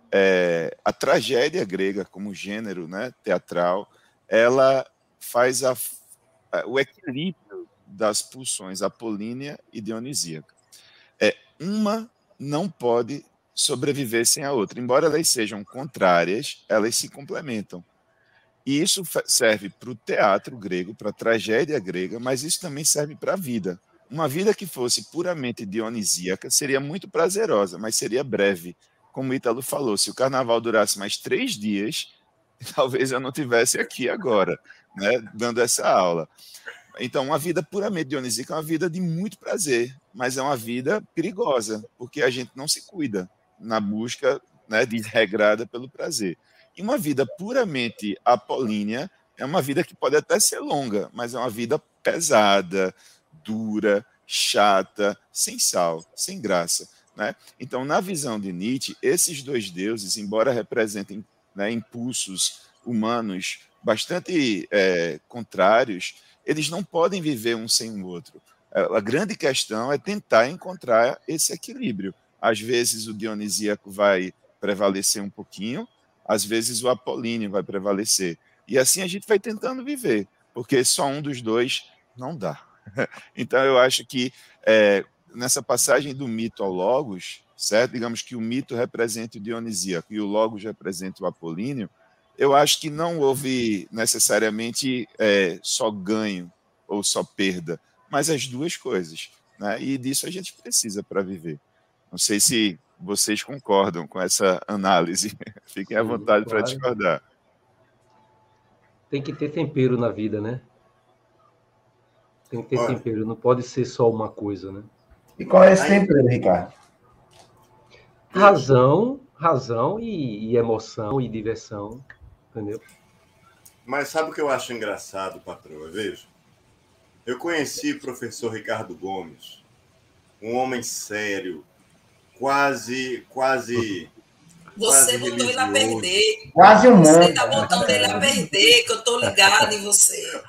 é, a tragédia grega como gênero, né, teatral, ela faz a, a, o equilíbrio das pulsões apolínea e dionisíaca. É, uma não pode sobreviver sem a outra. Embora elas sejam contrárias, elas se complementam. E isso serve para o teatro grego, para a tragédia grega, mas isso também serve para a vida. Uma vida que fosse puramente dionisíaca seria muito prazerosa, mas seria breve. Como o Ítalo falou, se o carnaval durasse mais três dias, talvez eu não estivesse aqui agora, né, dando essa aula. Então, uma vida puramente dionisíaca é uma vida de muito prazer, mas é uma vida perigosa, porque a gente não se cuida na busca, né, desregrada pelo prazer. E uma vida puramente apolínea é uma vida que pode até ser longa, mas é uma vida pesada, dura, chata, sem sal, sem graça, né? Então, na visão de Nietzsche, esses dois deuses, embora representem, né, impulsos humanos bastante é, contrários, eles não podem viver um sem o outro. A grande questão é tentar encontrar esse equilíbrio. Às vezes o dionisíaco vai prevalecer um pouquinho, às vezes o apolíneo vai prevalecer. E assim a gente vai tentando viver, porque só um dos dois não dá. Então eu acho que é, nessa passagem do mito ao logos, certo? Digamos que o mito representa o dionisíaco e o logos representa o apolíneo, eu acho que não houve necessariamente é, só ganho ou só perda, mas as duas coisas, né? E disso a gente precisa para viver. Não sei se vocês concordam com essa análise. Fiquem à vontade para discordar. Tem que ter tempero na vida, né? Tem que ter Olha. tempero, não pode ser só uma coisa, né? E qual é esse tempero, Ricardo? Razão, razão e, e emoção e diversão, entendeu? Mas sabe o que eu acho engraçado, patroa? Veja, eu conheci o professor Ricardo Gomes, um homem sério, quase, quase... Você quase botou ele a perder. Quase um Você monte. está botando ele a perder, que eu estou ligado em você.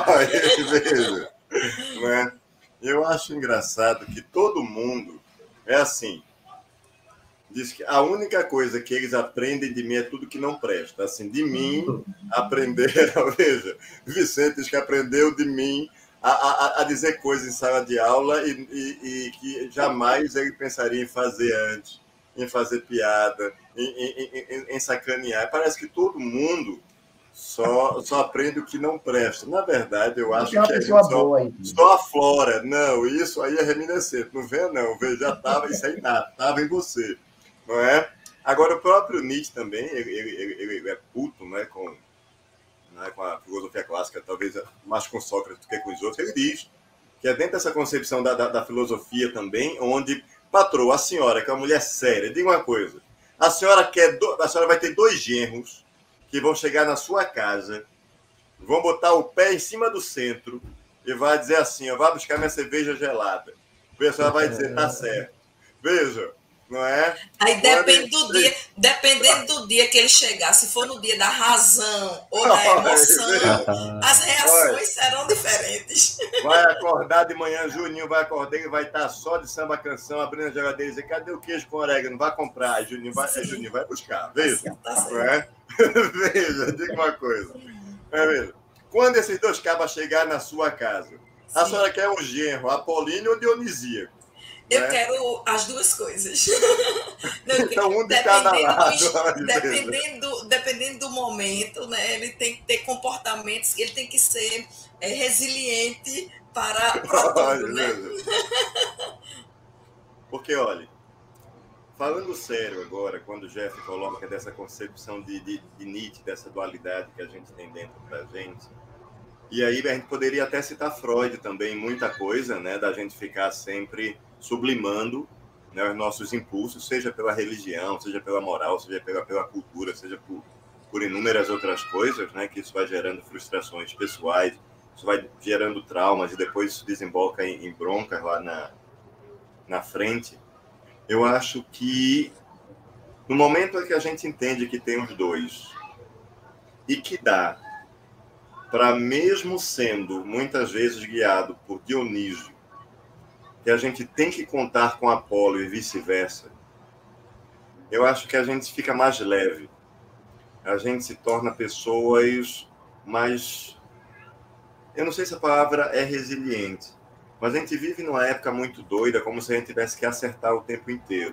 Veja, não é? Eu acho engraçado que todo mundo é assim. Diz que a única coisa que eles aprendem de mim é tudo que não presta. Assim, de mim, aprenderam, veja, Vicente diz que aprendeu de mim a, a, a dizer coisas em sala de aula e, e, e que jamais ele pensaria em fazer antes, em fazer piada, em, em, em, em sacanear. Parece que todo mundo só, só aprende o que não presta. Na verdade, eu acho que a pessoa só, boa aí. só aflora. Não, isso aí é reminiscente. Não vê, não. Vê, já estava, isso aí nada, estava em você. Não é? Agora, o próprio Nietzsche também, ele, ele, ele, ele é puto, né, com, né, com a filosofia clássica, talvez mais com Sócrates do que com os outros. Ele diz que é dentro dessa concepção da, da, da filosofia também, onde, patroa, a senhora, que é uma mulher séria, diga uma coisa, a senhora, quer do, a senhora vai ter dois genros que vão chegar na sua casa, vão botar o pé em cima do centro e vai dizer assim, ó, vai buscar minha cerveja gelada. A senhora vai dizer, tá certo. Veja, não é? Aí depende do dia, dependendo do dia que ele chegar, se for no dia da razão ou da emoção, as reações serão diferentes. Vai acordar de manhã, Juninho vai acordar e vai estar só de samba canção, abrindo a geladeira e dizer, cadê o queijo com orégano? Vai comprar, Juninho vai, Juninho vai buscar, veja. Tá certo. Não é? Veja, diga uma coisa. É mesmo. Quando esses dois cabas chegarem na sua casa, a Sim. senhora quer um genro, apolíneo ou dionisíaco? Eu né? quero as duas coisas. Então, um de cada lado. Do, dependendo, dependendo do momento, né? Ele tem que ter comportamentos, ele tem que ser é, resiliente para, para tudo, né? Porque, olha, falando sério agora, quando o Jeff coloca dessa concepção de, de, de Nietzsche, dessa dualidade que a gente tem dentro da gente, e aí a gente poderia até citar Freud também, muita coisa, né? Da gente ficar sempre sublimando, né, os nossos impulsos, seja pela religião, seja pela moral, seja pela, pela cultura, seja por, por inúmeras outras coisas, né, que isso vai gerando frustrações pessoais, isso vai gerando traumas e depois isso desemboca em, em broncas lá na, na frente. Eu acho que no momento em que a gente entende que tem os dois e que dá para, mesmo sendo muitas vezes guiado por Dionísio, que a gente tem que contar com Apolo e vice-versa, eu acho que a gente fica mais leve. A gente se torna pessoas mais... Eu não sei se a palavra é resiliente, Mas a gente vive numa época muito doida, como se a gente tivesse que acertar o tempo inteiro.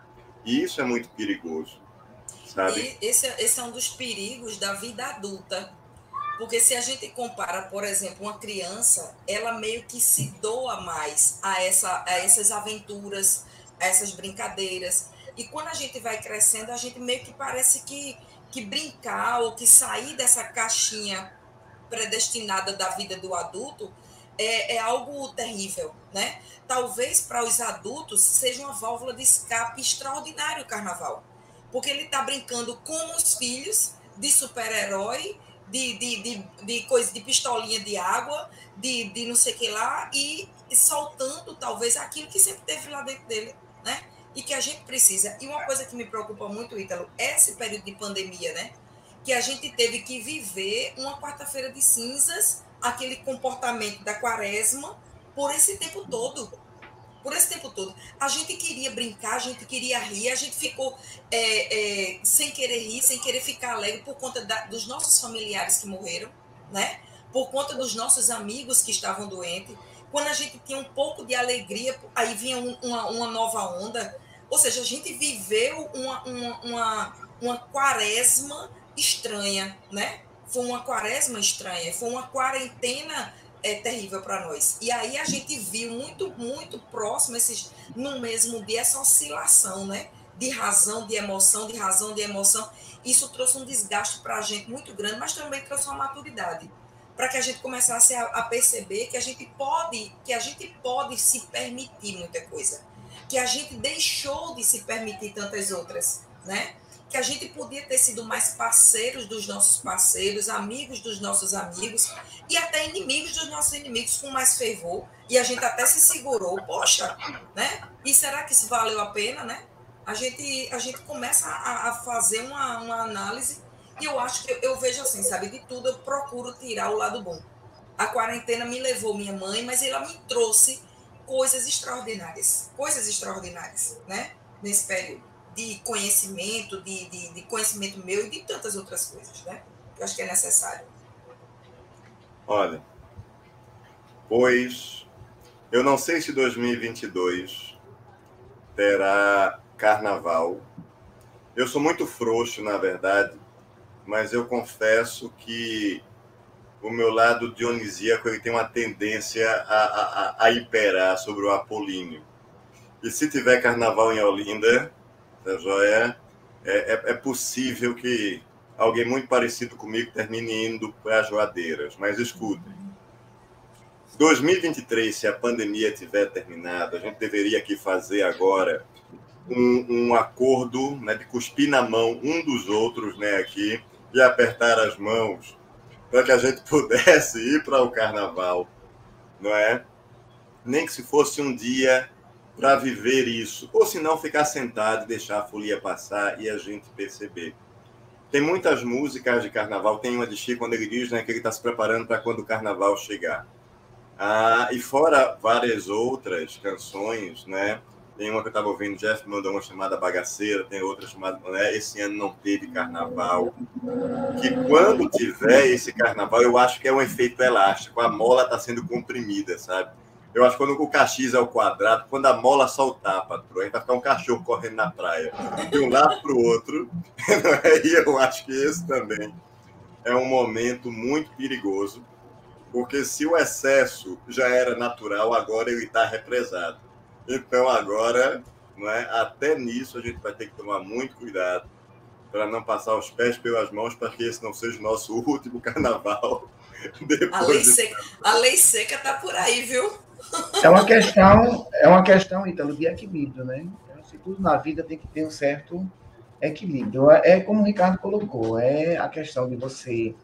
E isso é muito perigoso, sabe? E esse, esse é um dos perigos da vida adulta. Porque se a gente compara, por exemplo, uma criança, ela meio que se doa mais a, essa, a essas aventuras, a essas brincadeiras. E quando a gente vai crescendo, a gente meio que parece que, que brincar ou que sair dessa caixinha predestinada da vida do adulto é, é algo terrível, né? Talvez para os adultos seja uma válvula de escape extraordinário o carnaval. Porque ele está brincando com os filhos de super-herói, de, de, de, de coisa de pistolinha de água, de, de não sei o que lá, e, e soltando talvez aquilo que sempre teve lá dentro dele, né? E que a gente precisa. E uma coisa que me preocupa muito, Ítalo, é esse período de pandemia, né? Que a gente teve que viver uma quarta-feira de cinzas, aquele comportamento da quaresma, por esse tempo todo. Por esse tempo todo. A gente queria brincar, a gente queria rir, a gente ficou é, é, sem querer rir, sem querer ficar alegre por conta da, dos nossos familiares que morreram, né? Por conta dos nossos amigos que estavam doentes. Quando a gente tinha um pouco de alegria, aí vinha um, uma, uma nova onda. Ou seja, a gente viveu uma, uma, uma, uma quaresma estranha, né? Foi uma quaresma estranha, foi uma quarentena é terrível para nós. E aí a gente viu muito, muito próximo, esses, no mesmo dia, essa oscilação, né? De razão, de emoção, de razão, de emoção. Isso trouxe um desgaste para a gente muito grande, mas também trouxe uma maturidade. Para que a gente começasse a, a perceber que a gente pode, que a gente pode se permitir muita coisa. Que a gente deixou de se permitir tantas outras, né? Que a gente podia ter sido mais parceiros dos nossos parceiros, amigos dos nossos amigos e até inimigos dos nossos inimigos com mais fervor. E a gente até se segurou, poxa, né? E será que isso valeu a pena, né? A gente, a gente começa a, a fazer uma, uma análise e eu acho que eu, eu vejo assim, sabe? De tudo eu procuro tirar o lado bom. A quarentena me levou minha mãe, mas ela me trouxe coisas extraordinárias, coisas extraordinárias, né? Nesse período. De conhecimento, de, de, de conhecimento meu e de tantas outras coisas, né? Eu acho que é necessário. Olha, pois eu não sei se dois mil e vinte e dois terá carnaval. Eu sou muito frouxo, na verdade, mas eu confesso que o meu lado dionisíaco ele tem uma tendência a, a, a imperar sobre o apolíneo. E se tiver carnaval em Olinda, tá joia? É, é, é possível que alguém muito parecido comigo termine indo para as Joadeiras. Mas escutem, dois mil e vinte e três, se a pandemia tiver terminado, a gente deveria aqui fazer agora um, um acordo, né, de cuspir na mão um dos outros, né, aqui, e apertar as mãos para que a gente pudesse ir para o carnaval, não é? Nem que se fosse um dia para viver isso, ou se não ficar sentado e deixar a folia passar e a gente perceber. Tem muitas músicas de carnaval, tem uma de Chico quando ele diz, né, que ele está se preparando para quando o carnaval chegar. Ah, e fora várias outras canções, né? Tem uma que eu estava ouvindo, Jeff mandou uma chamada Bagaceira, tem outra chamada, né, Esse Ano Não Teve Carnaval. Que quando tiver esse carnaval, eu acho que é um efeito elástico, a mola está sendo comprimida, sabe? Eu acho que quando o cachis é ao quadrado, quando a mola soltar, patroa, a gente vai ficar um cachorro correndo na praia, de um lado para o outro. E eu acho que esse também é um momento muito perigoso, porque se o excesso já era natural, agora ele está represado. Então, agora, não é, até nisso, a gente vai ter que tomar muito cuidado para não passar os pés pelas mãos, para que esse não seja o nosso último carnaval. A lei, de... seca, a lei seca tá por aí, viu? É uma questão, é uma questão, Ítalo, de equilíbrio, né? Então, tudo na vida tem que ter um certo equilíbrio. É como o Ricardo colocou, é a questão de você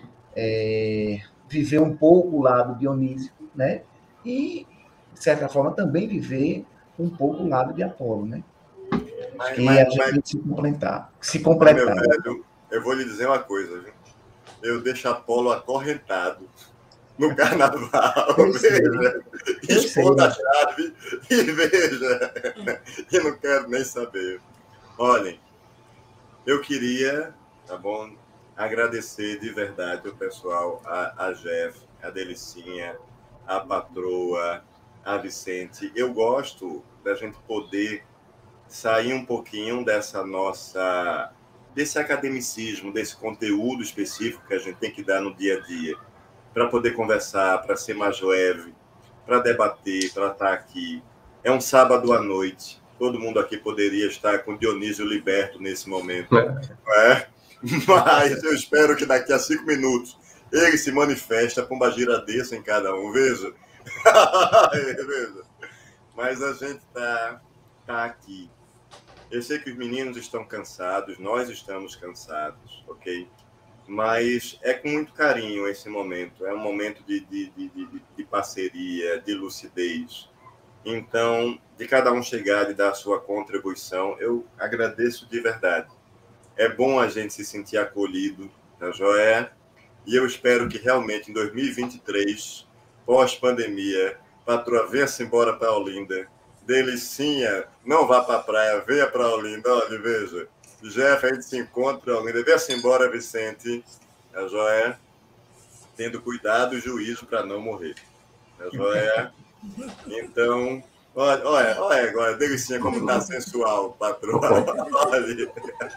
é, viver um pouco o lado dionísico, né? E, de certa forma, também viver um pouco o lado de Apolo, né? Mas, e mas, a gente mas, tem que se complementar. Se completar. Meu velho, eu vou lhe dizer uma coisa, viu? Eu deixo Apolo acorrentado no carnaval, Eu veja, expor a chave e veja, e não quero nem saber. Olhem, eu queria, tá bom, agradecer de verdade o pessoal, a, a Jeff, a Delicinha, a patroa, a Vicente. Eu gosto da gente poder sair um pouquinho dessa nossa, desse academicismo, desse conteúdo específico que a gente tem que dar no dia a dia, para poder conversar, para ser mais leve, para debater, para estar aqui. É um sábado à noite. Todo mundo aqui poderia estar com Dionísio liberto nesse momento. É. Mas eu espero que daqui a cinco minutos ele se manifesta com uma giradeça em cada um. Veja. Veja. Mas a gente está tá aqui. Eu sei que os meninos estão cansados, nós estamos cansados, ok? Mas é com muito carinho esse momento. É um momento de, de, de, de, de parceria, de lucidez. Então, de cada um chegar e dar a sua contribuição, eu agradeço de verdade. É bom a gente se sentir acolhido, tá joia? E eu espero que realmente em dois mil e vinte e três, pós-pandemia, patroa, venha-se embora para Olinda. Delicinha, não vá para a praia, venha para Olinda. Olha, veja. Jeff, a gente se encontra em Olinda. Venha-se embora, Vicente. Tá joia? Tendo cuidado e juízo para não morrer. Tá joia? Então, olha, olha, olha agora, Delicinha, como tá sensual, patroa. Olha.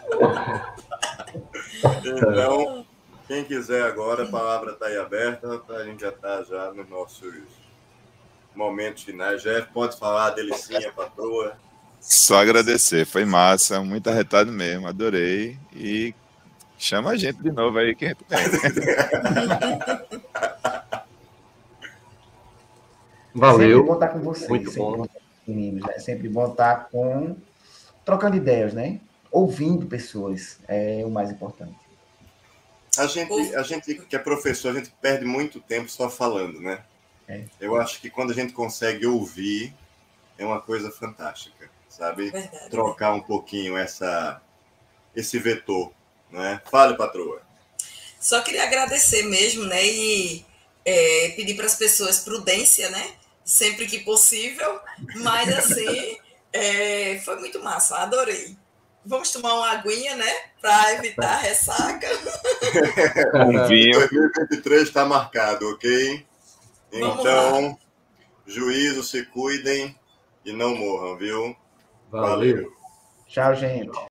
Então, quem quiser agora, a palavra está aí aberta, a gente já está já nos nossos momentos finais. Jeff, pode falar, Delicinha, patroa. Só agradecer, foi massa, muito arretado mesmo, adorei. E chama a gente de novo aí que a gente tem. Sempre Valeu. bom estar com vocês. Muito sempre bom. bom estar com os meninos, né? Sempre bom estar com... trocando ideias, né? Ouvindo pessoas é o mais importante. A gente, a gente que é professor, a gente perde muito tempo só falando, né? É. Eu acho que quando a gente consegue ouvir, é uma coisa fantástica, sabe? Verdade. Trocar um pouquinho essa, esse vetor, né? Fale, patroa. Só queria agradecer mesmo, né? E é, pedir para as pessoas prudência, né? Sempre que possível. Mas, assim, é, foi muito massa, adorei. Vamos tomar uma aguinha, né? Para evitar a ressaca. Um vinho. dois mil e vinte e três está marcado, ok? Vamos Então, lá. juízo, se cuidem e não morram, viu? Valeu. Valeu. Tchau, gente.